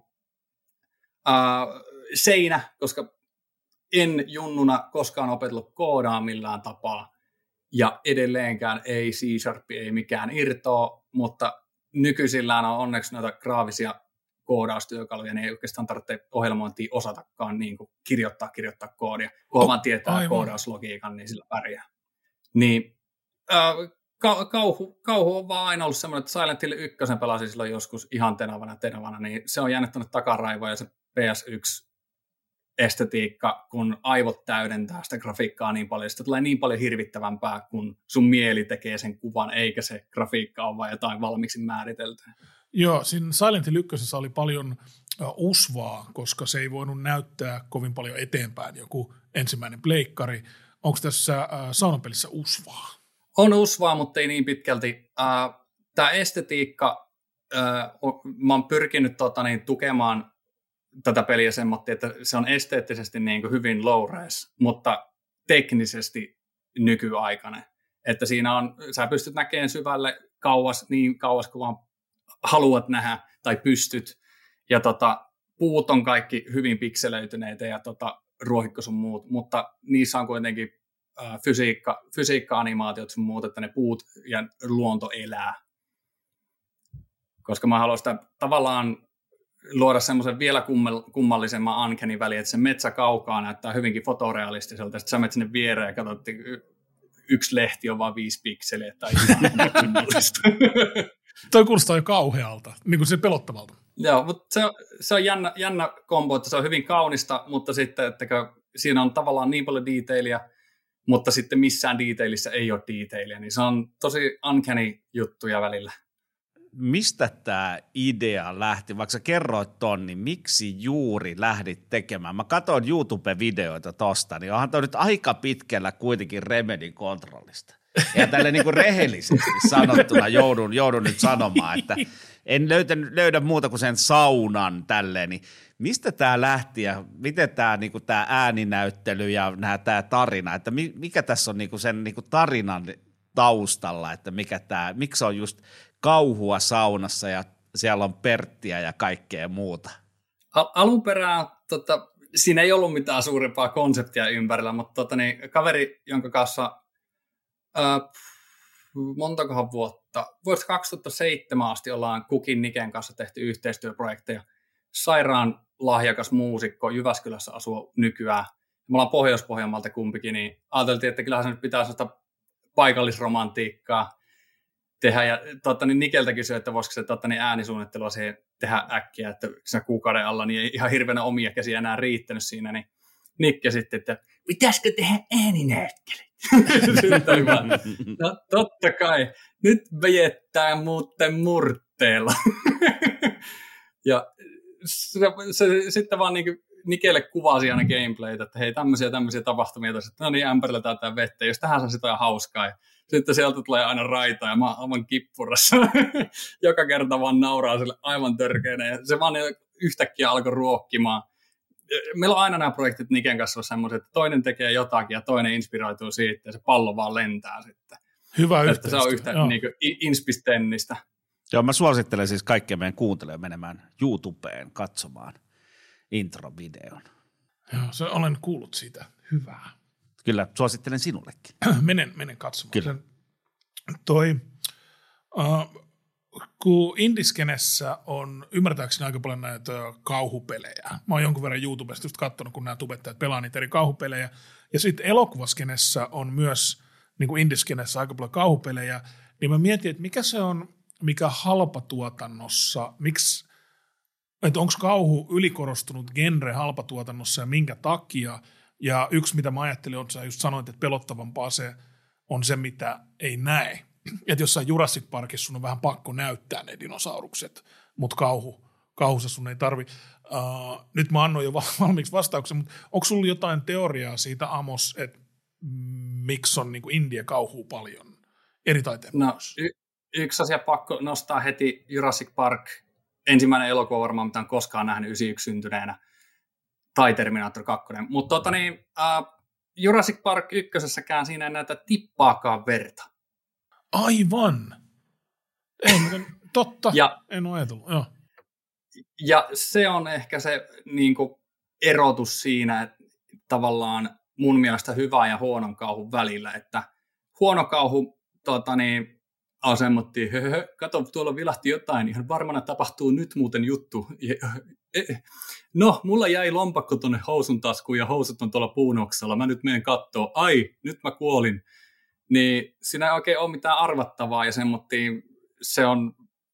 uh, seinä, koska en junnuna koskaan opetellut koodaa millään tapaa, ja edelleenkään ei C-Sharp, ei mikään irtoa, mutta nykyisillään on onneksi noita graafisia koodaustyökaluja, niin ei oikeastaan tarvitse ohjelmointia osatakaan niin kuin kirjoittaa, kirjoittaa koodia, kun oh, vaan tietää aivan. Koodauslogiikan, niin sillä pärjää. Niin, äh, ka- kauhu, kauhu on vaan aina ollut semmoinen, että Silent Hill ykkösen pelasin silloin joskus ihan tenavana, tenavana, niin se on jäänyt tuonne takaraivoon, ja se P S yksi estetiikka, kun aivot täydentää sitä grafiikkaa niin paljon, sitä tulee niin paljon hirvittävämpää, kun sun mieli tekee sen kuvan, eikä se grafiikka ole vain jotain valmiiksi määriteltyä. Joo, siinä Silent Hill ykkösessä oli paljon usvaa, koska se ei voinut näyttää kovin paljon eteenpäin joku ensimmäinen pleikkari. Onko tässä äh, saunapelissä usvaa? On usvaa, mutta ei niin pitkälti. Äh, Tämä estetiikka, äh, mä oon pyrkinyt tota, niin, tukemaan tätä peliä semmoinen, että se on esteettisesti niin kuin hyvin low-res, mutta teknisesti nykyaikainen. Että siinä on, sä pystyt näkemään syvälle kauas, niin kauas kuin vaan haluat nähdä tai pystyt. Ja tota, puut on kaikki hyvin pikselöityneitä ja tota, ruohikko sun muut, mutta niissä on kuitenkin äh, fysiikka, fysiikka-animaatiot sun muut, että ne puut ja luonto elää. Koska mä haluan sitä tavallaan luoda semmoisen vielä kummallisemman uncanny väliin, että se metsä kaukaa näyttää hyvinkin fotorealistiselta, sitten sä menet sinne viereen ja katsot, yksi lehti on vaan viisi pikseliä tai kummallista. Toi kuulostaa jo kauhealta, niin kuin se pelottavalta. Joo, mutta se on, se on jännä, jännä kombo, että se on hyvin kaunista, mutta sitten, että siinä on tavallaan niin paljon detailia, mutta sitten missään detailissa ei ole detailia, niin se on tosi uncanny juttuja välillä. Mistä tämä idea lähti, vaikka sä kerroit ton, niin miksi juuri lähdit tekemään? Mä katsoin YouTube-videoita tosta, niin onhan toi nyt aika pitkällä kuitenkin Remedyn kontrollista. Ja tälle niin kuin rehellisesti sanottuna joudun, joudun nyt sanomaan, että en löytä, löydä muuta kuin sen saunan tälleen, niin mistä tämä lähti ja miten tämä niin kuin tämä ääninäyttely ja nämä, tämä tarina, että mikä tässä on niin kuin sen niin kuin tarinan taustalla, että mikä tämä, miksi on just kauhua saunassa ja siellä on Perttiä ja kaikkea muuta? Al- alun perään tota, siinä ei ollut mitään suurempaa konseptia ympärillä, mutta tota, niin, kaveri, jonka kanssa äh, montakohan vuotta, vuodesta kaksituhattaseitsemän asti ollaan Kukin Niken kanssa tehty yhteistyöprojekteja. Sairaan lahjakas muusikko, Jyväskylässä asuu nykyään. Me ollaan Pohjois-Pohjanmaalta kumpikin, niin ajateltiin, että kyllähän se nyt pitää sellaista paikallisromantiikkaa tehdä. Ja totta, niin Nikeltä kysyi, että voisiko se totta, niin äänisuunnittelua siihen tehdä äkkiä, että siinä kuukauden alla niin ei ihan hirveänä omia käsiä enää riittänyt siinä. Niin Nikke sitten, että pitäisikö tehdä ääninäyttely? Sitten vaan, no totta kai, nyt vejettää muuten murteella. Ja se, se, sitten vaan niin kuin Nikelle kuvasi aina gameplaytä, että hei tämmöisiä tämmöisiä tapahtumia, että no niin ämpärillä täytää vettä, jos tähän saa sitä hauskaa. Ja sitten sieltä tulee aina raita ja mä oon aivan kippurassa. Joka kerta vaan nauraa sille aivan törkeänä ja se vaan yhtäkkiä alkoi ruokkimaan. Meillä on aina nämä projektit Niken kanssa semmoiset, että toinen tekee jotakin ja toinen inspiroituu siitä ja se pallo vaan lentää sitten. Hyvä että yhteistyö. se on yhtä niin kuin inspistennistä. Joo, mä suosittelen siis kaikkien meidän kuuntelijoille menemään YouTubeen katsomaan introvideon. Joo, se olen kuullut siitä. Hyvää. Kyllä, suosittelen sinullekin. menen, menen katsomaan. Kyllä. Sen, toi, uh, kun indiskenessä on ymmärtääkseni aika paljon näitä kauhupelejä. Mä oon jonkun verran YouTubesta just katsonut, kun nämä tubettajat pelaa niitä eri kauhupelejä. Ja sitten elokuvaskenessä on myös niin kuin indiskenessä aika paljon kauhupelejä. Niin mä mietin, että mikä se on, mikä halpatuotannossa, miksi, että onko kauhu ylikorostunut genre halpatuotannossa ja minkä takia. Ja yksi, mitä mä ajattelin, on, sä just sanoit, että pelottavampaa se on se, mitä ei näe. Että jossain Jurassic Parkissa sun on vähän pakko näyttää ne dinosaurukset, mutta kauhu, kauhussa sun ei tarvi. Uh, nyt mä annoin jo valmiiksi vastauksen, mutta onko sulla jotain teoriaa siitä, Amos, että miksi on niin kuin India kauhuu paljon eri taiteen No, y- yksi asia pakko nostaa heti Jurassic Park, ensimmäinen elokuva varmaan, mitä on koskaan nähnyt yhdeksänkymmentäyksi syntyneenä, tai Terminator kaksi. Mutta tota niin, uh, Jurassic Park ykkösessäkään siinä ei näytä tippaakaan verta. Aivan. Ei, totta. Ja, en ole ajatellut. Joo. ja se on ehkä se niin kuin, erotus siinä, että tavallaan mun mielestä hyvän ja huonon kauhun välillä, että huono kauhu tota niin, asemmottiin, höhö, kato, tuolla vilahti jotain, ihan varmana tapahtuu nyt muuten juttu. No, mulla jäi lompakko tuonne housun taskuun ja housut on tuolla puunoksella, mä nyt menen kattoo, ai, nyt mä kuolin. Niin siinä ei oikein ole mitään arvattavaa ja semmottiin, se on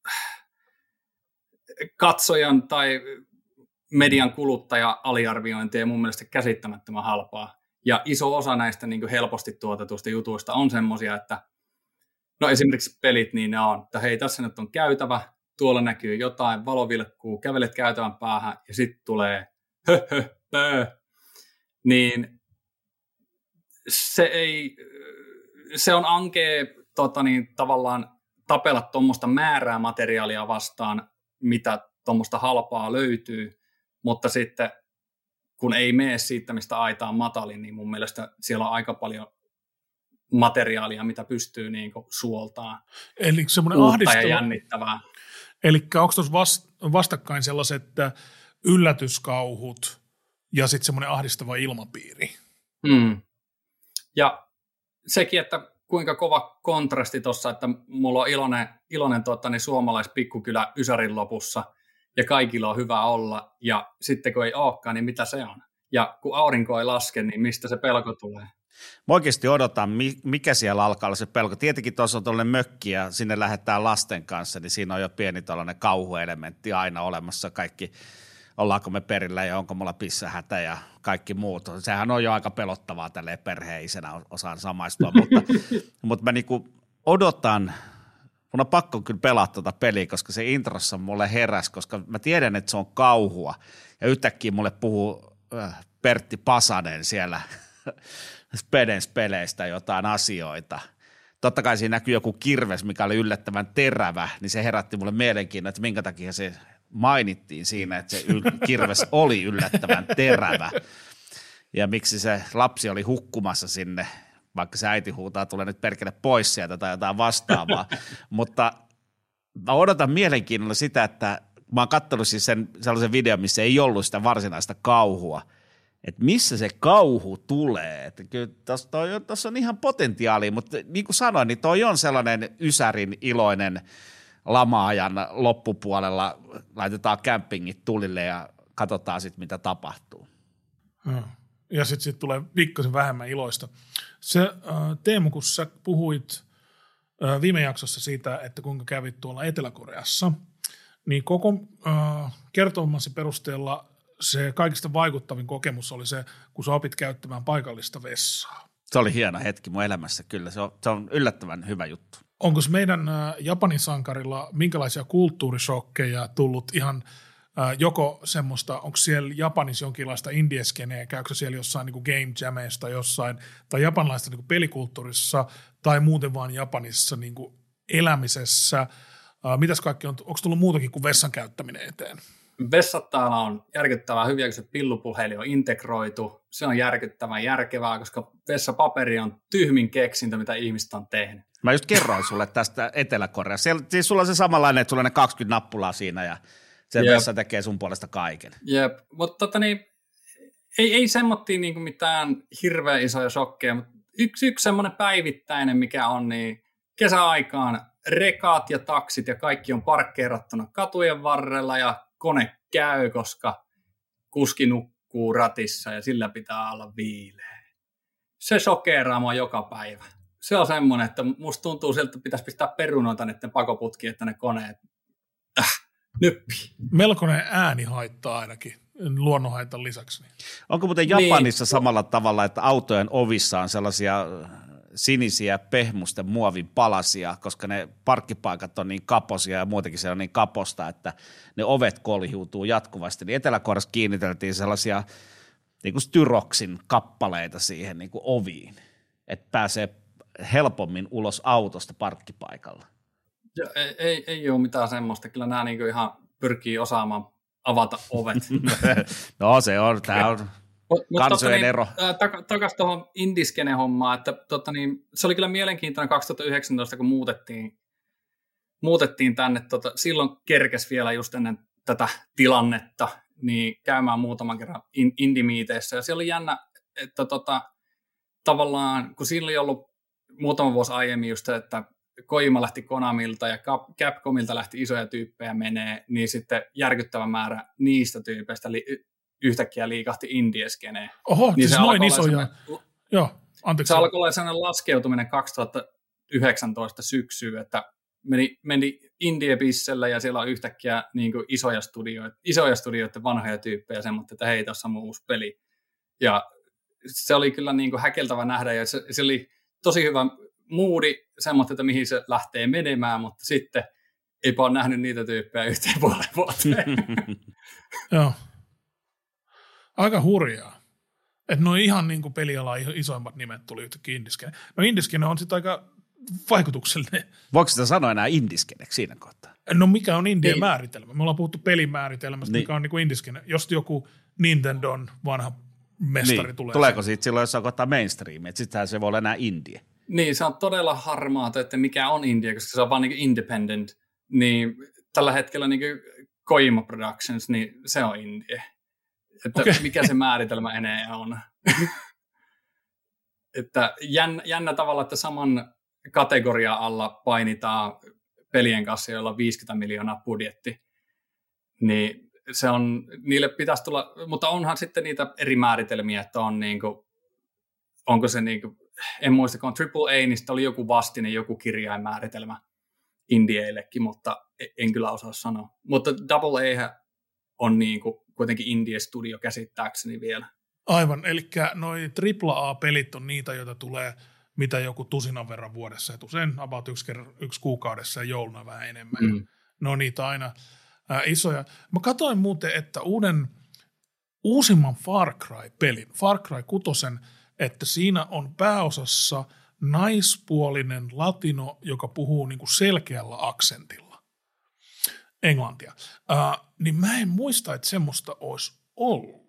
katsojan tai median kuluttaja aliarviointia ja mun mielestä käsittämättömän halpaa. Ja iso osa näistä niin kuin helposti tuotetusta jutuista on semmoisia, että no esimerkiksi pelit, niin ne on, että hei, tässä nyt on käytävä, tuolla näkyy jotain, valo vilkkuu, kävelet käytävän päähän ja sitten tulee hö, hö, pö. Niin se ei, se on ankea tota niin, tavallaan tapella tuommoista määrää materiaalia vastaan, mitä tuommoista halpaa löytyy, mutta sitten kun ei mene siitä, mistä aita on matalin, niin mun mielestä siellä on aika paljon materiaalia, mitä pystyy niin kuin suoltaan. Eli semmoinen ahdistava ja jännittävää. Eli onko tuossa vastakkain sellaiset yllätyskauhut ja sitten semmoinen ahdistava ilmapiiri? Hmm. Ja sekin, että kuinka kova kontrasti tuossa, että mulla on iloinen, iloinen tuota, niin suomalaispikkukylä Ysärin lopussa, ja kaikilla on hyvä olla, ja sitten kun ei olekaan, niin mitä se on? Ja kun aurinko ei laske, niin mistä se pelko tulee? Mä oikeasti odotan, mikä siellä alkaa olla se pelko. Tietenkin tuossa on tuollainen mökki, ja sinne lähdetään lasten kanssa, niin siinä on jo pieni tuollainen kauhuelementti aina olemassa. Kaikki, ollaanko me perillä ja onko mulla pissähätä ja kaikki muut. Sehän on jo aika pelottavaa tälleen perheisenä, osaan samaistua, mutta, mutta mä niinku odotan. Mun on pakko kyllä pelaa tuota peliä, koska se introssa mulle heräsi, koska mä tiedän, että se on kauhua. Ja yhtäkkiä mulle puhuu äh, Pertti Pasanen siellä Spedens peleistä jotain asioita. Totta kai siinä näkyy joku kirves, mikä oli yllättävän terävä, niin se herätti mulle mielenkiinnon, että minkä takia se mainittiin siinä, että se yl- kirves oli yllättävän terävä. Ja miksi se lapsi oli hukkumassa sinne, vaikka se äiti huutaa, tulee nyt perkele pois sieltä tai jotain vastaavaa. Mutta mä odotan mielenkiinnolla sitä, että mä oon katsonut siis sen, sellaisen videon, missä ei ollut sitä varsinaista kauhua, että missä se kauhu tulee. Että kyllä tuossa on ihan potentiaalia, mutta niin kuin sanoin, niin toi on sellainen Ysärin iloinen lama-ajan loppupuolella, laitetaan campingit tulille ja katsotaan sitten, mitä tapahtuu. Hmm. Ja sitten sit tulee pikkasen vähemmän iloista. Se, äh, Teemu, kun sä puhuit äh, viime jaksossa siitä, että kuinka kävit tuolla Etelä-Koreassa, niin koko äh, kertomasi perusteella se kaikista vaikuttavin kokemus oli se, kun sä opit käyttämään paikallista vessaa. Se oli hieno hetki mun elämässä, kyllä. Se on, se on yllättävän hyvä juttu. Onko meidän äh, Japanin sankarilla minkälaisia kulttuurishokkeja tullut ihan äh, joko semmoista, onko siellä Japanissa jonkinlaista indieskeneä, käykö siellä jossain niin kuin game jameista jossain, tai japanlaista niin kuin pelikulttuurissa, tai muuten vaan Japanissa niin kuin elämisessä. Äh, mitäs kaikki on, onko tullut muutakin kuin vessan käyttäminen eteen? Vessat täällä on järkyttävän hyviä, kun se pillupuheli on integroitu. Se on järkyttävän järkevää, koska vessapaperi on tyhmin keksintö, mitä ihmiset on tehnyt. Mä just kerroin sulle tästä Etelä-Koreasta. Siellä, siis sulla on se samanlainen, että sulla on ne kaksikymmentä nappulaa siinä ja se Jep. vessa tekee sun puolesta kaiken. Jep, mutta tota niin, ei, ei semmoittiin niinku mitään hirveän isoja shokkeja, mutta yksi, yksi semmoinen päivittäinen, mikä on, niin kesäaikaan rekat ja taksit ja kaikki on parkkeerattuna katujen varrella ja kone käy, koska kuski nukkuu ratissa ja sillä pitää olla viileä. Se shokeeraa mua joka päivä. Se on semmoinen, että musta tuntuu siltä, että pitäisi pistää perunoita näiden pakoputkiin, että ne koneet äh, nyppii. Melkoinen ääni haittaa ainakin luonnonhaitan lisäksi. Onko muuten Japanissa niin samalla tavalla, että autojen ovissa on sellaisia sinisiä pehmusten muovin palasia, koska ne parkkipaikat on niin kaposia ja muutenkin se on niin kaposta, että ne ovet kolhiutuu jatkuvasti. Niin Etelä-Koreassa kiinniteltiin sellaisia niin kuin styroksin kappaleita siihen niin kuin oviin, että pääsee helpommin ulos autosta parkkipaikalla. Ja ei, ei, ei ole mitään semmoista. Kyllä nämä niin kuin ihan pyrkii osaamaan avata ovet. No se on, tämä on kansojen niin, ero. Tak- Takaisin tuohon indiskene-hommaan, että totta niin, se oli kyllä mielenkiintoinen kaksituhattayhdeksäntoista, kun muutettiin, muutettiin tänne. Tota, silloin kerkesi vielä just ennen tätä tilannetta niin käymään muutaman kerran in- indimiiteissä. Ja se oli jännä, että tota, tavallaan, kun siinä oli ollut muutama vuosi aiemmin just se, että Kojima lähti Konamilta ja Capcomilta lähti isoja tyyppejä menee, niin sitten järkyttävä määrä niistä tyypeistä li- yhtäkkiä liikahti indieskeneen. Oho, niin siis noin isoja. Joo, anteeksi. Se alkoi olla sellainen laskeutuminen kaksituhattayhdeksäntoista syksyyn, että meni, meni Indie-bissellä ja siellä on yhtäkkiä niin kuin isoja studioita, isoja studioita, vanhoja tyyppejä, semmoista, että hei, tässä on mun uusi peli. Ja se oli kyllä niin kuin häkeltävä nähdä ja se, se oli tosi hyvä moodi, semmoista, että mihin se lähtee menemään, mutta sitten eipä ole nähnyt niitä tyyppejä yhteen puoleen vuoteen. Joo. Aika hurjaa. Että no ihan niin kuin pelialan isoimmat nimet tuli yhtäkkiä Indiskene. No Indiskene on sitten aika vaikutuksellinen. Voiko sitä sanoa enää Indiskeneksi siinä kohtaa? No mikä on Indien niin määritelmä? Me ollaan puhuttu pelin määritelmästä, niin mikä on niin kuin Indiskene. Jos joku Nintendon vanha mestari niin tulee. Tuleeko sen. siitä silloin jossain kohtaa mainstreamia, että sittenhän se voi olla enää Indie? Niin, se on todella harmaata, että mikä on India, koska se on vaan niin independent. Niin tällä hetkellä niin Kojima Productions, niin se on Indie. Että okay. Mikä se määritelmä enää on. Että jännä, jännä tavalla, että saman kategoria alla painitaan pelien kanssa, joilla on viisikymmentä miljoonaa budjetti. Niin se on, niille pitäisi tulla, mutta onhan sitten niitä eri määritelmiä, että on niin kuin, onko se niin kuin, en muista, kun on triple A, niin oli joku vastine, joku kirjainmääritelmä indieillekin, mutta en kyllä osaa sanoa. Mutta double A on niin kuin kuitenkin Indie-studio käsittääkseni vielä. Aivan, eli noi triple A-pelit on niitä, joita tulee mitä joku tusinan verran vuodessa, et usein about yksi, kerran, yksi kuukaudessa ja jouluna vähän enemmän. Mm. Ne on niitä aina ää, isoja. Mä katsoin muuten, että uuden, uusimman Far Cry-pelin, Far Cry kuusi, että siinä on pääosassa naispuolinen latino, joka puhuu niinku selkeällä aksentilla englantia. Ää, niin mä en muista, että semmoista olisi ollut.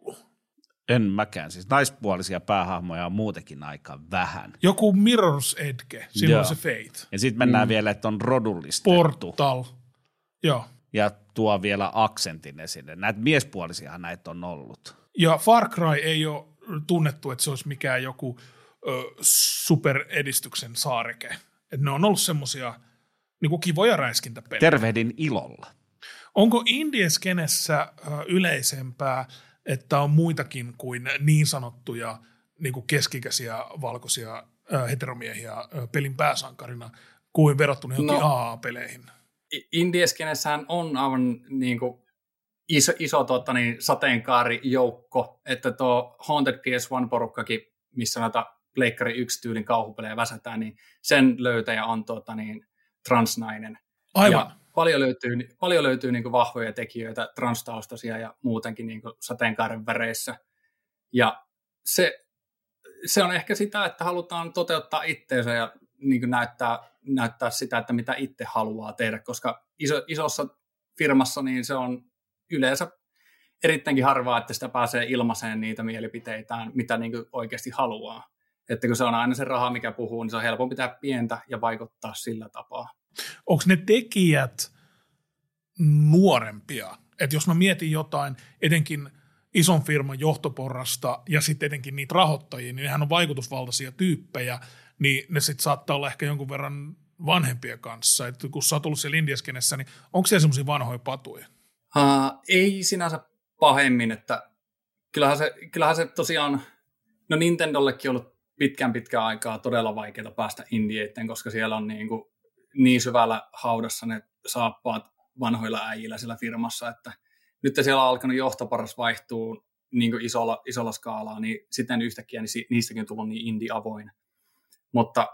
En mäkään. Siis naispuolisia päähahmoja on muutenkin aika vähän. Joku Mirror's Edge, siinä on se Fate. Ja sitten mennään mm. vielä, että on rodullistettu. Portal, joo. Ja tuo vielä aksentin esille. Näitä miespuolisiahan näitä on ollut. Ja Far Cry ei ole tunnettu, että se olisi mikään joku ö, superedistyksen saareke. Et ne on ollut semmoisia niinku kivoja räiskintäpelejä. Tervehdin ilolla. Onko Indie-skenessä yleisempää, että on muitakin kuin niin sanottuja niin kuin keskikäisiä valkoisia äh, heteromiehiä äh, pelin pääsankarina kuin verrattuna johonkin no, A A-peleihin? Indie-skenessähän on aivan niin kuin iso, iso tota, niin, sateenkaarijoukko, että tuo Haunted P S yksi-porukkakin, missä noita Pleikkari yksi tyylin kauhupelejä väsätään, niin sen löytäjä on tota, niin, transnainen. Aivan. Ja Paljon löytyy, paljon löytyy niin kuin vahvoja tekijöitä, transtaustaisia ja muutenkin niin kuin sateenkaaren väreissä. Ja se, se on ehkä sitä, että halutaan toteuttaa itseensä ja niin kuin näyttää, näyttää sitä, että mitä itse haluaa tehdä, koska iso, isossa firmassa niin se on yleensä erittäinkin harvaa, että sitä pääsee ilmaiseen niitä mielipiteitään, mitä niin kuin oikeasti haluaa. Että kun se on aina se raha, mikä puhuu, niin se on helpompi pitää pientä ja vaikuttaa sillä tapaa. Onko ne tekijät nuorempia? Että jos mä mietin jotain, etenkin ison firman johtoporrasta ja sitten etenkin niitä rahoittajia, niin nehän on vaikutusvaltaisia tyyppejä, niin ne sitten saattaa olla ehkä jonkun verran vanhempia kanssa. Että kun sä oot ollut siellä Indiaskenessä, niin onko siellä semmoisia vanhoja patuja? Uh, ei sinänsä pahemmin, että kyllähän se, kyllähän se tosiaan, no Nintendollekin on ollut pitkän pitkän aikaa todella vaikeaa päästä indieitten, koska siellä on niin, kuin niin syvällä haudassa ne saappaat vanhoilla äijillä siellä firmassa, että nyt siellä on alkanut johtoparas vaihtuu niin kuin isolla, isolla skaalaa, niin sitten yhtäkkiä niin niistäkin on tullut niin indie-avoin. Mutta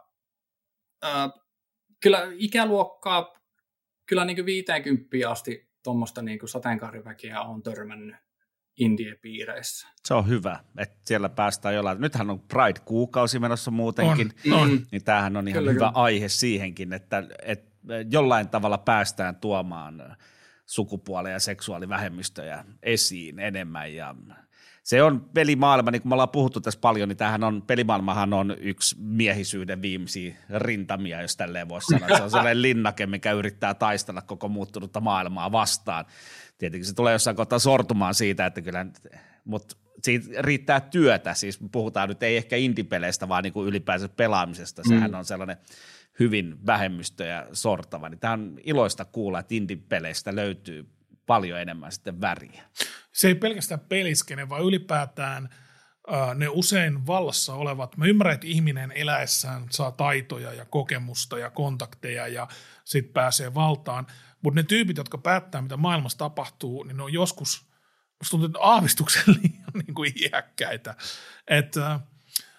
äh, kyllä ikäluokkaa, kyllä niin kuin viiteenkymppiin asti tuommoista niin kuin sateenkaariväkeä on törmännyt indie-piireissä. Se on hyvä, että siellä päästään jollain. Nythän on Pride-kuukausi menossa muutenkin, on, on. Niin tämähän on ihan kyllä, hyvä kyllä. aihe siihenkin, että, että jollain tavalla päästään tuomaan sukupuoli- ja seksuaalivähemmistöjä esiin enemmän. Ja se on pelimaailma, niin kuin me ollaan puhuttu tässä paljon, niin tämähän on, pelimaailmahan on yksi miehisyyden viimeisiä rintamia, jos tälleen voisi sanoa. Se on sellainen linnake, mikä yrittää taistella koko muuttunutta maailmaa vastaan. Tietenkin se tulee jossain kohtaa sortumaan siitä, että kyllä, mutta siitä riittää työtä, siis puhutaan nyt ei ehkä indie-peleistä, vaan niin kuin ylipäänsä pelaamisesta, sehän mm. on sellainen hyvin vähemmistöjä sortava, niin tämä on iloista kuulla, että indie-peleistä löytyy paljon enemmän sitten väriä. Se ei pelkästään peliskene, vaan ylipäätään äh, ne usein vallassa olevat, mä ymmärrän, että ihminen eläessään saa taitoja ja kokemusta ja kontakteja ja sitten pääsee valtaan, mutta ne tyypit, jotka päättää, mitä maailmassa tapahtuu, niin ne on joskus, musta tuntuu, että aavistuksen liian niin kuin iäkkäitä. Että äh,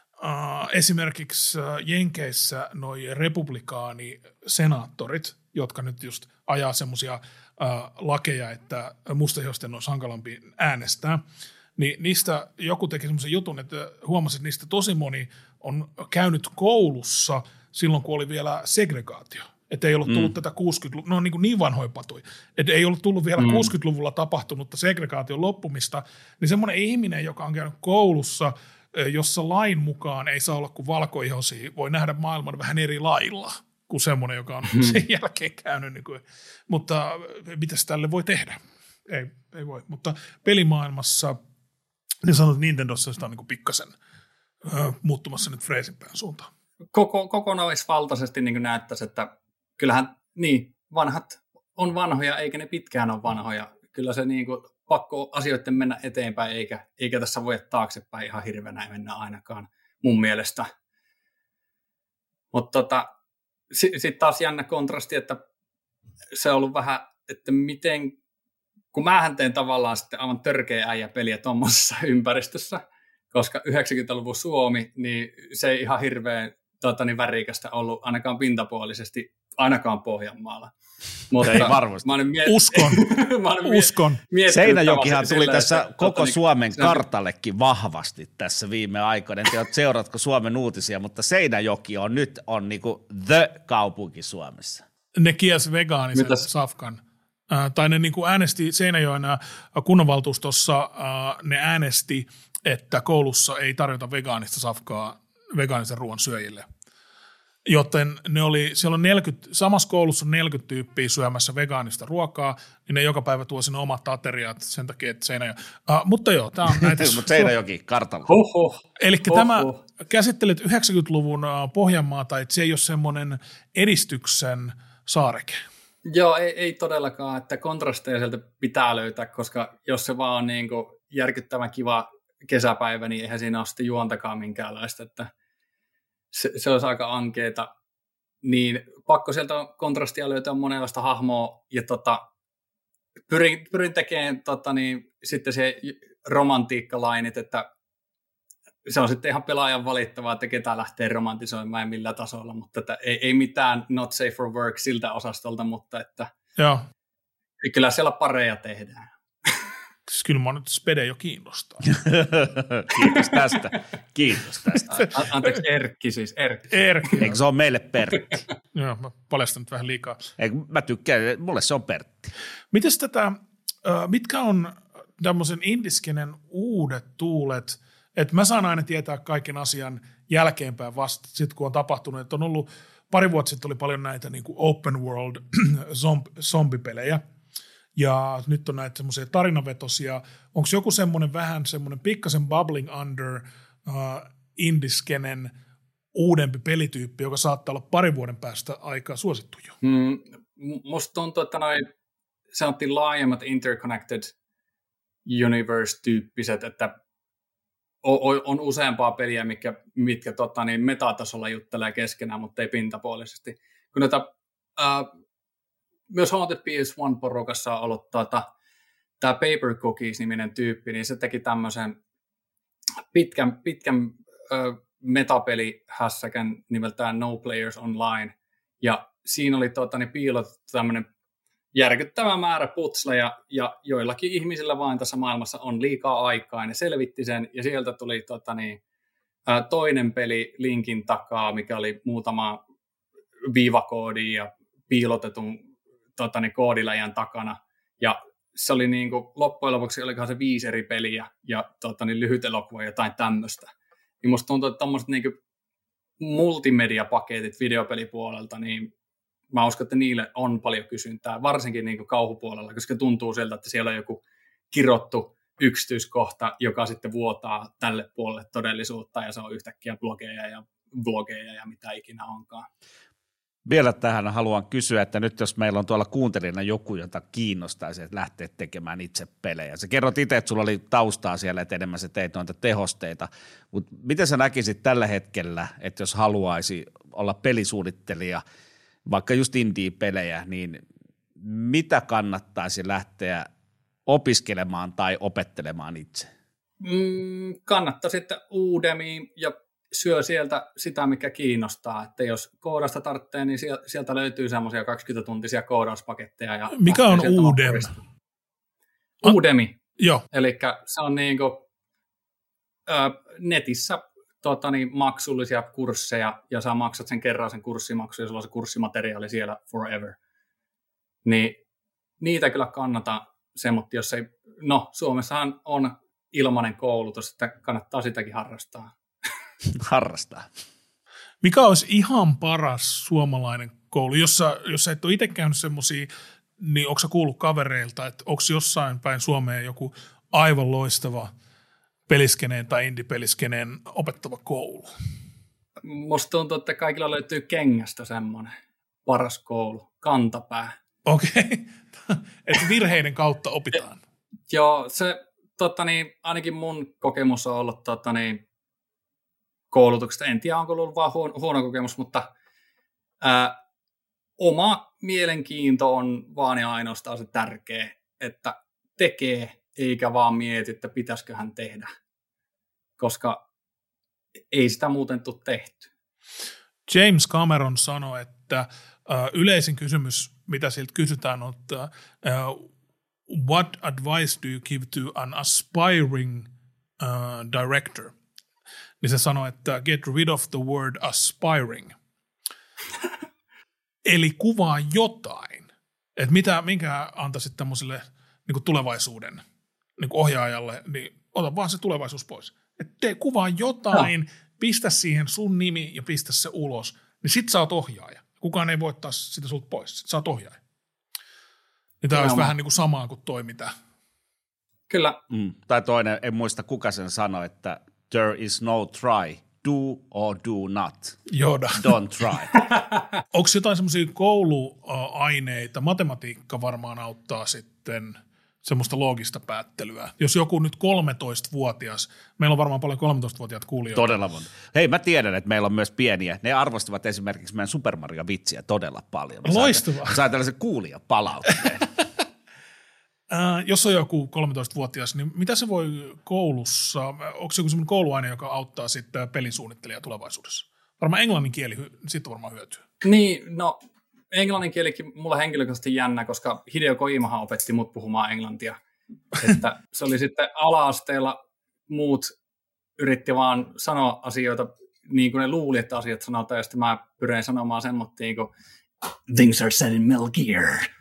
esimerkiksi äh, Jenkeissä noi republikaanisenaattorit, jotka nyt just ajaa semmoisia äh, lakeja, että mustaihoisten olisi hankalampi äänestää, niin niistä joku teki semmoisen jutun, että huomasi, että niistä tosi moni on käynyt koulussa silloin, kun oli vielä segregaatio. Että ei ollut tullut mm. tätä kuusikymmentäluvun, no on niin, niin vanhoja patuja, että ei ollut tullut vielä mm. kuusikymmentäluvulla tapahtunutta segregaation loppumista, niin semmoinen ihminen, joka on käynyt koulussa, jossa lain mukaan ei saa olla kuin valkoihoisia, voi nähdä maailman vähän eri lailla kuin semmoinen, joka on mm. sen jälkeen käynyt. Niin kuin, mutta mitäs tälle voi tehdä? Ei, ei voi, mutta pelimaailmassa, niin sanot, että Nintendossa sitä on niin kuin pikkasen äh, muuttumassa nyt freesimpään suuntaan. Koko, kokonaisvaltaisesti niin näyttäisi, että kyllähän niin, vanhat on vanhoja, eikä ne pitkään ole vanhoja. Kyllä se niin kuin, pakko asioiden mennä eteenpäin, eikä, eikä tässä voi taaksepäin ihan hirveänä mennä ainakaan mun mielestä. Mutta tota, sitten sit taas jännä kontrasti, että se on ollut vähän, että miten, kun mähän teen tavallaan sitten aivan törkeä äijäpeliä tuommoisessa ympäristössä, koska yhdeksänkymmentäluvun Suomi, niin se ei ihan hirveän tuota, niin värikästä ollut ainakaan pintapuolisesti, ainakaan Pohjanmaalla. Mutta ei varmasti. Miet... Uskon. Uskon. Seinäjokihan tuli sillä, tässä että, koko niin, Suomen se... kartallekin vahvasti tässä viime aikoina. En tiedä, seuratko Suomen uutisia, mutta Seinäjoki on nyt on niinku the kaupunki Suomessa. Ne kielsi vegaanisen Mitäs? safkan. Äh, tai ne niinku äänesti Seinäjoen kunnanvaltuustossa, äh, ne äänesti, että koulussa ei tarjota vegaanista safkaa vegaanisen ruoan syöjille. Joten ne oli, siellä on neljäkymmentä, samassa koulussa on neljäkymmentä tyyppiä syömässä vegaanista ruokaa, niin ne joka päivä tuo sinne omat ateriat sen takia, että Seinäjoki. Uh, mutta joo, tämä on näitä. Mutta Seinäjoki, kartalla. Eli tämä käsittelet yhdeksänkymmentäluvun Pohjanmaata, että se ei ole semmoinen edistyksen saareke. Joo, ei, ei todellakaan, että kontrasteja sieltä pitää löytää, koska jos se vaan on niin kuin järkyttävän kiva kesäpäivä, niin eihän siinä ole sitten juontakaan minkäänlaista, että se, se olisi aika ankeeta, niin pakko sieltä kontrastia löytää monenlaista hahmoa, ja tota, pyrin, pyrin tekemään tota, niin, sitten se romantiikkalainit, että se on sitten ihan pelaajan valittavaa, että ketä lähtee romantisoimaan ja millä tasolla, mutta että ei, ei mitään not safe for work siltä osastolta, mutta että joo. Kyllä siellä pareja tehdään. Kyllä mä nyt Spede jo kiinnostaa. Kiitos tästä. Kiitos tästä. A- anteeksi, Erkki siis. Erkki. Erkki. Eikö se ole meille Pertti? Joo, mä paljastan nyt vähän liikaa. Eikö, mä tykkään, mulle se on Pertti. Mites tätä, mitkä on tämmöisen indiskenen uudet tuulet, että mä saan aina tietää kaiken asian jälkeenpäin vasta, sit kun on tapahtunut, että on ollut, pari vuotta sitten oli paljon näitä niin kuin open world zombipelejä, ja nyt on näitä semmoisia tarinavetosia. Onko joku semmoinen vähän semmoinen pikkasen bubbling under uh, indiskenen uudempi pelityyppi, joka saattaa olla parin vuoden päästä aika suosittu jo? Mm, musta tuntuu, että noi sanottiin laajemmat interconnected universe-tyyppiset, että on, on useampaa peliä, mitkä, mitkä tota, niin metatasolla juttelee keskenään, mutta ei pintapuolisesti. Kun näitä, ää, myös Haunted P S yksi-porukassa on ollut tota, tämä Paper Cookies-niminen tyyppi, niin se teki tämmöisen pitkän, pitkän ää, metapelihässäkän nimeltään No Players Online, ja siinä oli tota, niin piilotettu tämmöinen järkyttävä määrä putsleja, ja joillakin ihmisillä vain tässä maailmassa on liikaa aikaa, ja ne selvitti sen, ja sieltä tuli tota, niin, ää, toinen peli linkin takaa, mikä oli muutama viivakoodi ja piilotetun tota, niin, koodiläjän takana, ja se oli niin kuin, loppujen lopuksi olikohan se viisi eri peliä, ja tota, niin, lyhyt elokuva, jotain tämmöistä. Niin musta tuntuu, että tommoset niin kuin multimediapaketit videopelipuolelta, niin mä uskon, että niille on paljon kysyntää, varsinkin niin kuin kauhupuolella, koska tuntuu siltä, että siellä on joku kirottu yksityiskohta, joka sitten vuotaa tälle puolelle todellisuutta, ja se on yhtäkkiä blogeja ja vlogeja ja mitä ikinä onkaan. Vielä tähän haluan kysyä, että nyt jos meillä on tuolla kuuntelijana joku, jota kiinnostaisi, että lähtee tekemään itse pelejä. Sä kerrot itse, että sulla oli taustaa siellä, että enemmän sä teit noita tehosteita, mutta miten sä näkisit tällä hetkellä, että jos haluaisi olla pelisuunnittelija, vaikka just indie-pelejä, niin mitä kannattaisi lähteä opiskelemaan tai opettelemaan itse? Mm, kannattaa sitten Udemyyn ja syö sieltä sitä, mikä kiinnostaa. Että jos koodasta tarvitsee, niin sieltä löytyy semmoisia kaksikymmentä-tuntisia koodauspaketteja. Ja mikä on Udemy? Udemy. Joo. Eli se on niin kuin, ö, netissä tota niin, maksullisia kursseja, ja sä maksat sen kerran sen kurssimaksun, ja sulla on se kurssimateriaali siellä forever. Niin niitä kyllä kannata se, mutta jos ei, no Suomessahan on ilmainen koulutus, että kannattaa sitäkin harrastaa. Harrastaa. Mikä olisi ihan paras suomalainen koulu? Jos sä, jos sä et ole itse käynyt semmoisia, niin onko sä kuullut kavereilta, että onko jossain päin Suomeen joku aivan loistava peliskeneen tai indie-peliskeneen opettava koulu? Musta tuntuu, että kaikilla löytyy Kengästä semmoinen paras koulu, Kantapää. Okei, okay. Että virheiden kautta opitaan. Joo, se totta niin, ainakin mun kokemus on ollut totta niin, koulutuksesta. En tiedä, onko ollut vaan huono, huono kokemus, mutta ää, oma mielenkiinto on vaan ja ainoastaan se tärkeä, että tekee eikä vaan mieti, että pitäisiköhän tehdä, koska ei sitä muuten tule tehty. James Cameron sanoi, että uh, yleisin kysymys, mitä siltä kysytään, on, että uh, what advice do you give to an aspiring uh, director? Niin se sanoi, että get rid of the word aspiring. Eli kuvaa jotain. Että mitä, minkä antaisit tämmöiselle niin kuin tulevaisuuden niin kuin ohjaajalle, niin ota vaan se tulevaisuus pois. Että tee kuvaa jotain, no. Pistä siihen sun nimi ja pistä se ulos, niin sit sä oot ohjaaja. Kukaan ei voi taas sitä sulta pois, sit sä oot ohjaaja. Niin tämä olisi vähän niin kuin samaa kuin toi, mitä. Kyllä. Mm. Tai toinen, en muista kuka sen sanoi, että there is no try, do or do not. Joda. Don't try. Onko jotain semmoisia kouluaineita, matematiikka varmaan auttaa sitten semmoista loogista päättelyä. Jos joku nyt kolmetoistavuotias, meillä on varmaan paljon kolmetoistavuotiaat kuulijoita. Todella monta. Hei, mä tiedän, että meillä on myös pieniä. Ne arvostivat esimerkiksi meidän Super Mario-vitsiä todella paljon. Mä Loistavaa. Mä sain tällaisen kuulijapalautteen. Äh, jos on joku kolmetoistavuotias, niin mitä se voi koulussa, onko se joku semmoinen kouluaine, joka auttaa sitten pelisuunnittelijaa tulevaisuudessa? Varmaan englannin kieli, siitä on varmaan hyötyä. Niin, no englannin kielikin mulla henkilökohtaisesti jännä, koska Hideo Kojimahan opetti mut puhumaan englantia. Että se oli sitten ala-asteella, muut yritti vaan sanoa asioita niin kuin ne luuli, että asiat sanotaan, ja sitten mä pyrin sanomaan semmoittiin kuin things are said in Metal Gear.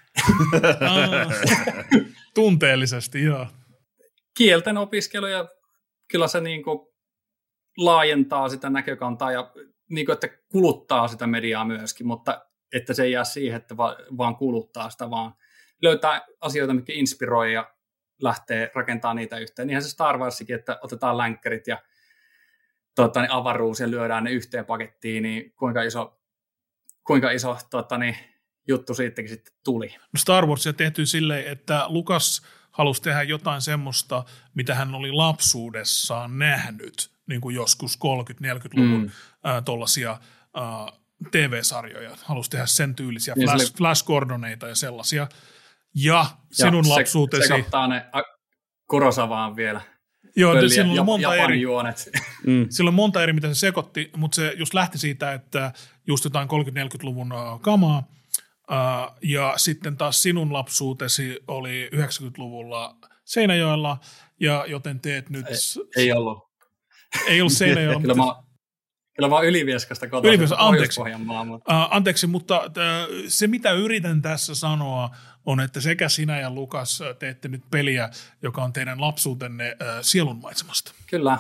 Tunteellisesti, joo. Kielten opiskelu ja kyllä se niin kuin laajentaa sitä näkökantaa ja niin kuin, että kuluttaa sitä mediaa myöskin, mutta että se ei jää siihen, että vaan kuluttaa sitä, vaan löytää asioita, mitkä inspiroi ja lähtee rakentamaan niitä yhteen. Niinhän se Star Warsikin, että otetaan länkkärit ja tuota, niin avaruus ja lyödään ne yhteen pakettiin, niin kuinka iso, kuinka iso tuota, niin, juttu siitäkin sitten tuli. Star Warsia tehty silleen, että Lucas halusi tehdä jotain semmoista, mitä hän oli lapsuudessaan nähnyt, niin kuin joskus kolmekymmentä-neljäkymmentäluvun mm. äh, tuollaisia äh, T V-sarjoja. Halusi tehdä sen tyylisiä niin Flash, Flash Gordoneita ja sellaisia. Ja, ja sinun se, lapsuutesi... Sekoittaa ne Kurosawaan vielä. Joo, Pölliä, siinä oli monta Japanin eri. Juonet. Mm. Sillä on monta eri, mitä se sekoitti, mutta se just lähti siitä, että just jotain kolmekymmentä-neljäkymmentäluvun uh, kamaa. Uh, ja sitten taas sinun lapsuutesi oli yhdeksänkymmentäluvulla Seinäjoella, ja joten teet nyt... Ei, ei ollut. Ei ollut Seinäjoella. Kyllä mä Kyllä mä oon Ylivieskasta kotoisin. Ylivies, anteeksi. Mutta... Uh, anteeksi, mutta uh, se mitä yritän tässä sanoa on, että sekä sinä ja Lukas teette nyt peliä, joka on teidän lapsuutenne uh, sielunmaisemasta. Kyllä.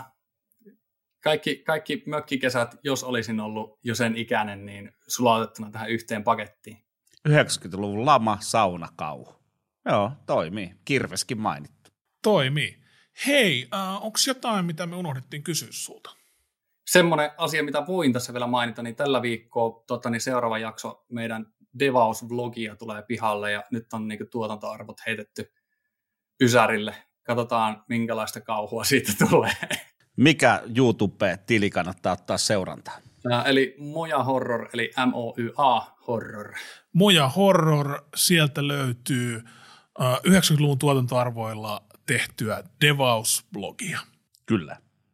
Kaikki, kaikki mökkikesät, jos olisin ollut jo sen ikäinen, niin sulautettuna tähän yhteen pakettiin. yhdeksänkymmentäluvun lama, saunakauhu. Joo, toimii. Kirveskin mainittu. Toimii. Hei, uh, onko jotain, mitä me unohdettiin kysyä sulta? Semmoinen asia, mitä voin tässä vielä mainita, niin tällä viikkoa tota, niin seuraava jakso meidän Devaus-vlogia tulee pihalle ja nyt on niin kuin, tuotantoarvot heitetty ysärille. Katsotaan, minkälaista kauhua siitä tulee. Mikä YouTube-tili kannattaa ottaa seurantaan? Äh, eli Moja Horror, eli M O Y A Horror. Moja Horror, sieltä löytyy uh, yhdeksänkymmentäluvun tuotantoarvoilla tehtyä Devaus-blogia. Kyllä.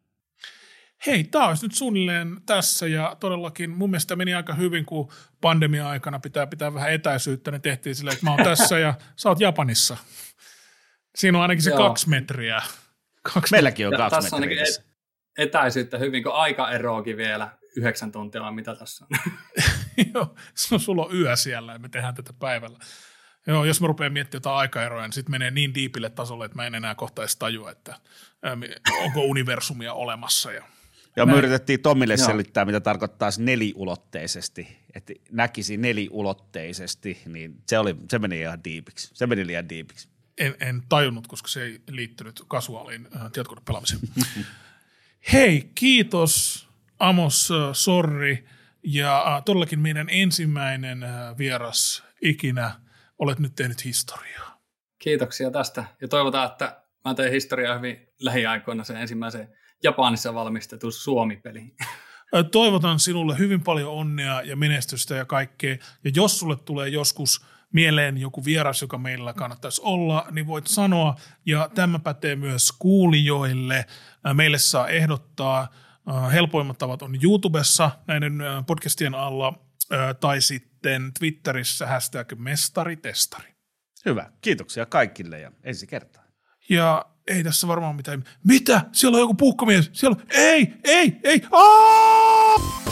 Hei, tämä olisi nyt suunnilleen tässä ja todellakin mun mielestä meni aika hyvin, kun pandemia-aikana pitää pitää vähän etäisyyttä, niin tehtiin silleen, että mä oon tässä ja sä oot Japanissa. Siinä on ainakin se Joo. kaksi metriä. Kaksi Meilläkin on ja kaksi tässä metriä. Tässä on etäisyyttä hyvin, kun aikaeroakin vielä yhdeksän tuntia, vai mitä tässä on? Joo, sulla on yö siellä ja me tehdään tätä päivällä. Joo, jos mä rupean miettimään jotain aikaeroja, niin sitten menee niin diipille tasolle, että mä en enää kohta edes tajua, että ää, onko universumia olemassa. Ja, ja me yritettiin Tomille Joo. selittää, mitä tarkoittaa neliulotteisesti, että näkisi neliulotteisesti, niin se, oli, se meni ihan diipiksi. Se meni liian diipiksi. En, en tajunnut, koska se ei liittynyt kasuaaliin äh, tietokonepelaamiseen. Hei, kiitos Amos, äh, sorry. Ja äh, todellakin meidän ensimmäinen äh, vieras ikinä. Olet nyt tehnyt historiaa. Kiitoksia tästä. Ja toivotaan, että mä teen historiaa hyvin lähiaikoina sen ensimmäisen Japanissa valmistetun Suomi-pelin. Toivotan sinulle hyvin paljon onnea ja menestystä ja kaikkea. Ja jos sulle tulee joskus mieleen joku vieras, joka meillä kannattaisi olla, niin voit sanoa. Ja tämä pätee myös kuulijoille. Meille saa ehdottaa. Helpoimmat tavat on YouTubessa näiden podcastien alla tai sitten Twitterissä hashtag mestaritestari. Hyvä. Kiitoksia kaikille ja ensi kertaan. Ja ei tässä varmaan mitään. Mitä? Siellä on joku puukkomies. Siellä on... Ei, ei, ei. Aaaaaa!